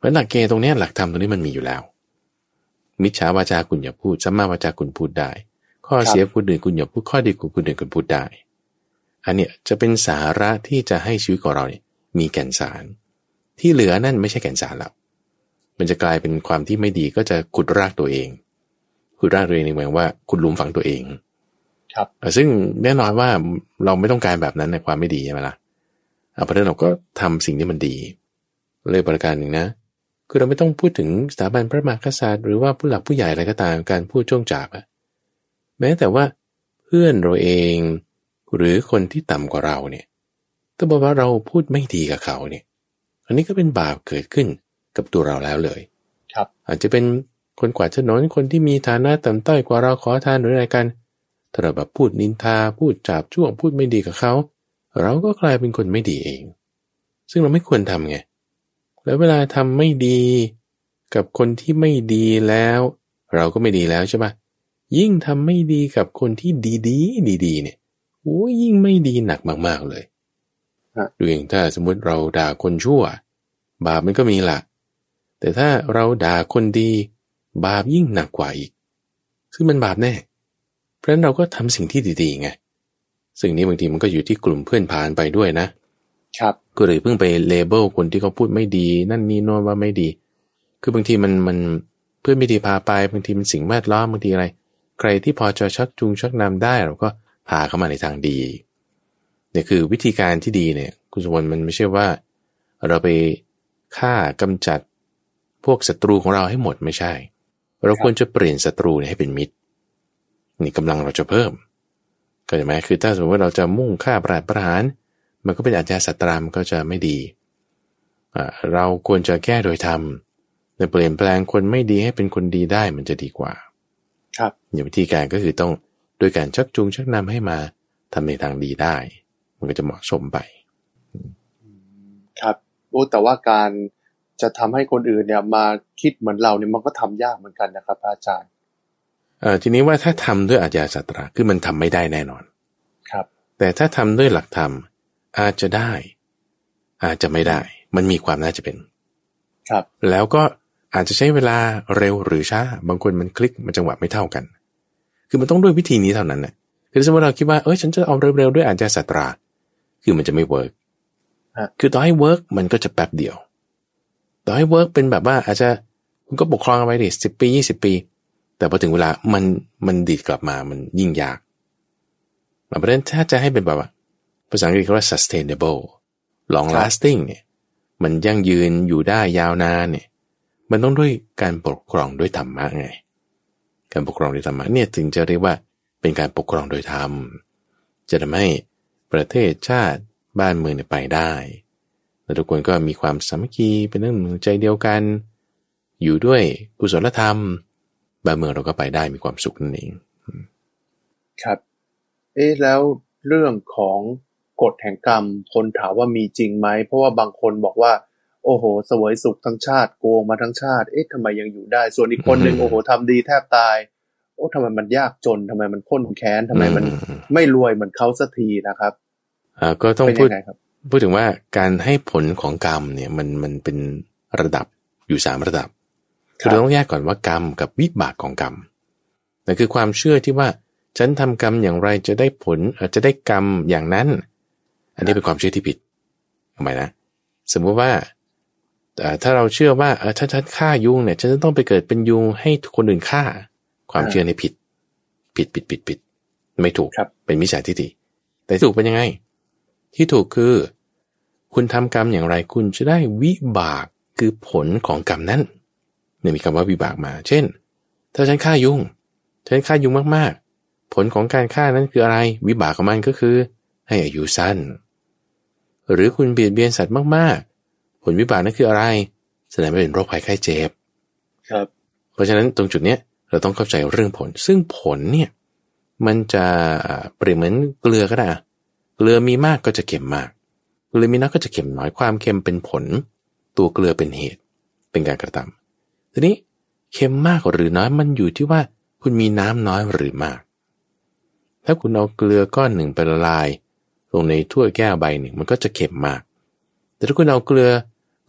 ราะหลักเกณฑ์ตรงนี้หลักธรรมตรงนี้มันมีอยู่แล้วมิจฉาวาจาคุณอย่าพูดสัมมาวาจาคุณพูดได้ข้อเสียคนอื่นคุณอย่าพูดข้อดีของคนอื่นคุณพูดได้อันเนี้ยจะเป็นสาระที่จะให้ชีวิตของเราเนี่ยมีแก่นสารที่เหลือนั่นไม่ใช่แก่นสารแล้วมันจะกลายเป็นความที่ไม่ดีก็จะขุดรากตัวเองขุดรากตัวเองในหมายว่าขุดหลุมฝังตัวเองครับซึ่งแน่นอนว่าเราไม่ต้องการแบบนั้นในความไม่ดีใช่ไหมล่ะเพราะฉะนั้นเราก็ทำสิ่งที่มันดีเลยประการหนึ่งนะคือเราไม่ต้องพูดถึงสถาบันพระมหากษัตริย์หรือว่าผู้หลักผู้ใหญ่อะไรก็ตามการพูดช่วงจาบอะแม้แต่ว่าเพื่อนเราเองหรือคนที่ต่ำกว่าเราเนี่ยถ้าบอกว่าเราพูดไม่ดีกับเขาเนี่ยอันนี้ก็เป็นบาปเกิดขึ้นกับตัวเราแล้วเลยครับอาจจะเป็นคนกวาดถนนคนที่มีฐานะต่ำต้อยกว่าเราขอทานหรืออะไรกันถ้าเราแบบพูดนินทาพูดจาบจ้วงพูดไม่ดีกับเขาเราก็กลายเป็นคนไม่ดีเองซึ่งเราไม่ควรทำไงแล้วเวลาทำไม่ดีกับคนที่ไม่ดีแล้วเราก็ไม่ดีแล้วใช่ปะยิ่งทำไม่ดีกับคนที่ดีๆดีๆเนี่ยโอ้ยิ่งไม่ดีหนักมากๆเลยดูอย่างถ้าสมมติเราด่าคนชั่วบาปมันก็มีละแต่ถ้าเราด่าคนดีบาปยิ่งหนักกว่าอีกซึ่งมันบาปแน่เพราะฉะนั้นเราก็ทำสิ่งที่ดีๆไงสิ่งนี้บางทีมันก็อยู่ที่กลุ่มเพื่อนพาลไปด้วยนะครับก็เลยเพิ่งไปเลเบลคนที่เขาพูดไม่ดีนั่นนี่โน้นว่าไม่ดีคือบางทีมันมันเพื่อนไม่ดีพาไปบางทีมันสิ่งแวดล้อมบางทีอะไรใครที่พอจะชักจูงชักนำได้เราก็พาเข้ามาในทางดีเนี่ยคือวิธีการที่ดีเนี่ยคุณสมบัติมันไม่ใช่ว่าเราไปฆ่ากำจัดพวกศัตรูของเราให้หมดไม่ใช่เราควรจะเปลี่ยนศัตรูให้เป็นมิตรนี่กำลังเราจะเพิ่มก็ใช่ไหมคือถ้าสมมติว่าเราจะมุ่งฆ่าประหารประหารมันก็เป็นอาชญาศัตรามก็จะไม่ดีเราควรจะแก้โดยธรรมแต่เปลี่ยนแปลงคนไม่ดีให้เป็นคนดีได้มันจะดีกว่าครับอย่างวิธีการก็คือต้องโดยการชักจูงชักนำให้มาทำในทางดีได้มันก็จะเหมาะสมไปครับโอ้แต่ว่าการจะทำให้คนอื่นเนี่ยมาคิดเหมือนเราเนี่ยมันก็ทำยากเหมือนกันนะครับอาจารย์เอ่อทีนี้ว่าถ้าทำด้วยอาชญาศัตราคือมันทำไม่ได้แน่นอนครับแต่ถ้าทำด้วยหลักธรรมอาจจะได้อาจจะไม่ได้มันมีความน่าจะเป็นครับแล้วก็อาจจะใช้เวลาเร็วหรือช้าบางคนมันคลิกมันจังหวะไม่เท่ากันคือมันต้องด้วยวิธีนี้เท่านั้นนะคือสมมติเราคิดว่าเอ้ยฉันจะเอาเร็วๆด้วยอาชญาศัตราคือมันจะไม่เวิร์กคือต่อให้เวิร์กมันก็จะแป๊บเดียวต่อให้เวิร์กเป็นแบบว่าอาจจะคุณก็ปกครองเอาไว้ดิสิบปียี่สิบปีแต่พอถึงเวลามันมันดีดกลับมามันยิ่งยากเพราะฉะนั้นถ้าจะให้เป็นแบบว่าภาษาอังกฤษเขาว่า sustainable long lasting เนี่ยมันยั่งยืนอยู่ได้ยาวนานเนี่ยมันต้องด้วยการปกครองด้วยธรรมะไงการปกครองด้วยธรรมะเนี่ยถึงจะเรียกว่าเป็นการปกครองโดยธรรมจะทำให้ประเทศชาติบ้านเมืองเนี่ยไปได้และทุกคนก็มีความสามัคคีเป็นหนึ่งใจเดียวกันอยู่ด้วยกุศลธรรมบ้านเมืองเราก็ไปได้มีความสุขนั่นเองครับเอ๊ะแล้วเรื่องของกฎแห่งกรรมคนถามว่ามีจริงไหมเพราะว่าบางคนบอกว่าโอ้โหเสวยสุขทั้งชาติโกงมาทั้งชาติเอ๊ะทำไมยังอยู่ได้ส่วนอีกคนหนึ่งโอ้โหทำดีแทบตายโอ้ทำไมมันยากจนทำไมมันข้นแค้นทำไมมันไม่รวยเหมือนเขาสักทีนะครับอ่าก็ต้องพูดพูดถึงว่าการให้ผลของกรรมเนี่ยมันมันเป็นระดับอยู่สามระดับคือเราต้องแยกก่อนว่ากรรมกับวิบากของกรรมนั่นคือความเชื่อที่ว่าฉันทำกรรมอย่างไรจะได้ผลจะได้กรรมอย่างนั้นอันนี้เป็นความเชื่อที่ผิดทำไมนะสมมติว่าถ้าเราเชื่อว่าถ้าฉันฆ่ายุงเนี่ยฉันจะต้องไปเกิดเป็นยุงให้คนอื่นฆ่าความเชื่อในผิดผิดผิดผิดผิดไม่ถูกเป็นมิจฉาทิฏฐิแต่ถูกเป็นยังไงที่ถูกคือคุณทำกรรมอย่างไรคุณจะได้วิบากคือผลของกรรมนั้นเนี่ยมีคำว่าวิบากมาเช่นถ้าฉันฆ่ายุงฉันฆ่ายุงมากๆผลของการฆ่านั้นคืออะไรวิบากของมันก็คือให้อายุสั้นหรือคุณเบียดเบียนสัตว์มากๆผลวิบากนั้นคืออะไรแสดงว่าเป็นโรคภัยไข้เจ็บครับเพราะฉะนั้นตรงจุดเนี้ยเราต้องเข้าใจเรื่องผลซึ่งผลเนี่ยมันจะเปรียบเหมือนเกลือก็ได้เกลือมีมากก็จะเค็มมากเกลือมีน้อยก็จะเค็มน้อยความเค็มเป็นผลตัวเกลือเป็นเหตุเป็นการกระทำทีนี้เค็มมากหรือน้อยมันอยู่ที่ว่าคุณมีน้ำน้อยหรือมากถ้าคุณเอาเกลือก้อนหนึ่งไปละลายลงในถ้วยแก้วใบหนึ่งมันก็จะเค็มมากแต่ถ้าคุณเอาเกลือ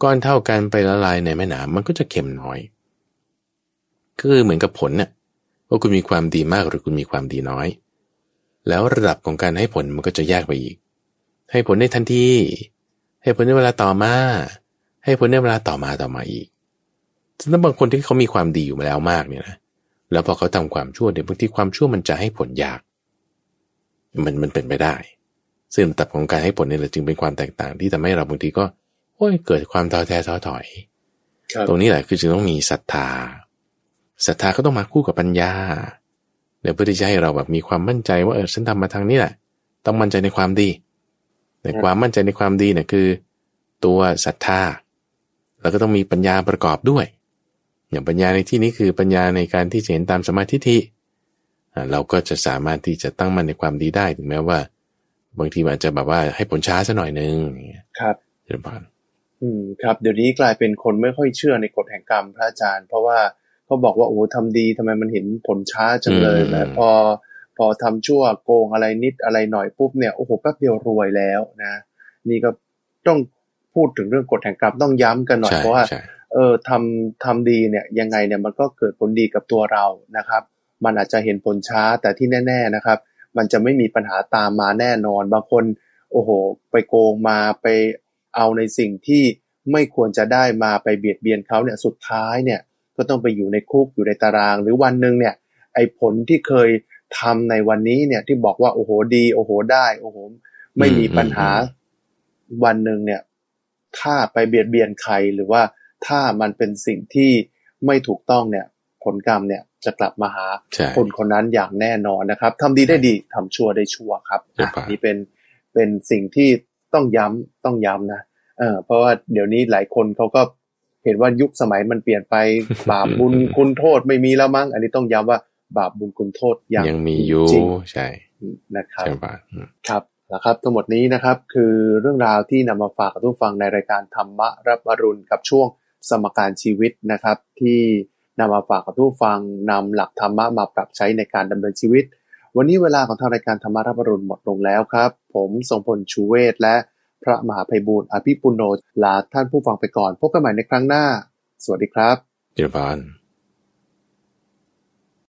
ก้อนเท่ากันไปละลายในแม่น้ำมันก็จะเค็มน้อยคือเหมือนกับผลเนี่ยว่าคุณมีความดีมากหรือคุณมีความดีน้อยแล้วระดับของการให้ผลมันก็จะแยกไปอีกให้ผลในทันทีให้ผลในเวลาต่อมาให้ผลในเวลาต่อมาต่อมาอีกซึ่งบางคนที่เขามีความดีอยู่มาแล้วมากเนี่ยนะแล้วพอเขาทำความชั่วเดี๋ยวบางทีความชั่วมันจะให้ผลยากมันมันเป็นไปได้ซึ่งระดับของการให้ผลนี่แหละจึงเป็นความแตกต่างที่ทำให้เราบางทีก็โอ้ยเกิดความท้อแท้ท้อถอยตรงนี้แหละคือจึงต้องมีศรัทธาศรัทธาก็ต้องมาคู่กับปัญญาเดี๋ยวเพื่อที่จะให้เราแบบมีความมั่นใจว่าเออฉันทำมาทางนี้แหละต้องมั่นใจในความดีแต่ความมั่นใจในความดีเนี่ยคือตัวศรัทธาแล้วก็ต้องมีปัญญาประกอบด้วยอย่างปัญญาในที่นี้คือปัญญาในการที่จะเห็นตามสมาธิทิเราก็จะสามารถที่จะตั้งมั่นในความดีได้ถึงแม้ว่าบางทีมันจะแบบว่าให้ผลช้าซะหน่อยนึงครับเดี๋ยวผ่านอืมครับเดี๋ยวนี้กลายเป็นคนไม่ค่อยเชื่อในกฎแห่งกรรมพระอาจารย์เพราะว่าเขาบอกว่าโอ้ทำดีทำไมมันเห็นผลช้าจังเลยแบบพอพอทำชั่วโกงอะไรนิดอะไรหน่อยปุ๊บเนี่ยโอ้โหแป๊บเดียวรวยแล้วนะนี่ก็ต้องพูดถึงเรื่องกฎแห่งกรรมต้องย้ำกันหน่อยเพราะว่าเออทำทำดีเนี่ยยังไงเนี่ยมันก็เกิดผลดีกับตัวเรานะครับมันอาจจะเห็นผลช้าแต่ที่แน่ๆนะครับมันจะไม่มีปัญหาตามมาแน่นอนบางคนโอ้โหไปโกงมาไปเอาในสิ่งที่ไม่ควรจะได้มาไปเบียดเบียนเขาเนี่ยสุดท้ายเนี่ยก็ต้องไปอยู่ในคุกอยู่ในตารางหรือวันนึงเนี่ยไอ้ผลที่เคยทำในวันนี้เนี่ยที่บอกว่าโอ้โหดีโอ้โหได้โอ้โหไม่มีปัญหาวันนึงเนี่ยถ้าไปเบียดเบียนใครหรือว่าถ้ามันเป็นสิ่งที่ไม่ถูกต้องเนี่ยผลกรรมเนี่ยจะกลับมาหาคนคนนั้นอย่างแน่นอนนะครับทำดีได้ดีทำชั่วได้ชั่วครับนี่เป็นเป็นสิ่งที่ต้องย้ำต้องย้ำนะเออเพราะว่าเดี๋ยวนี้หลายคนเขาก็เห็นว่ายุคสมัยมันเปลี่ยนไปบาปบุญคุณโทษไม่มีแล้วมั้งอันนี้ต้องย้ำว่าบาปบุญคุณโทษยังยังมีอยู่ใช่นะครับครับนะครับทั้งหมดนี้นะครับคือเรื่องราวที่นำมาฝากกับทุกฟังในรายการธรรมะรับอรุณกับช่วงสมการชีวิตนะครับที่นำมาฝากกับทุกฟังนำหลักธรรมะมาปรับใช้ในการดำเนินชีวิตวันนี้เวลาของทางรายการธรรมะรับอรุณหมดลงแล้วครับผมทรงพลชูเวศและพระมหาไพบูลย์อภิปุโนลาท่านผู้ฟังไปก่อนพบกันใหม่ในครั้งหน้าสวัสดีครับเจริญพร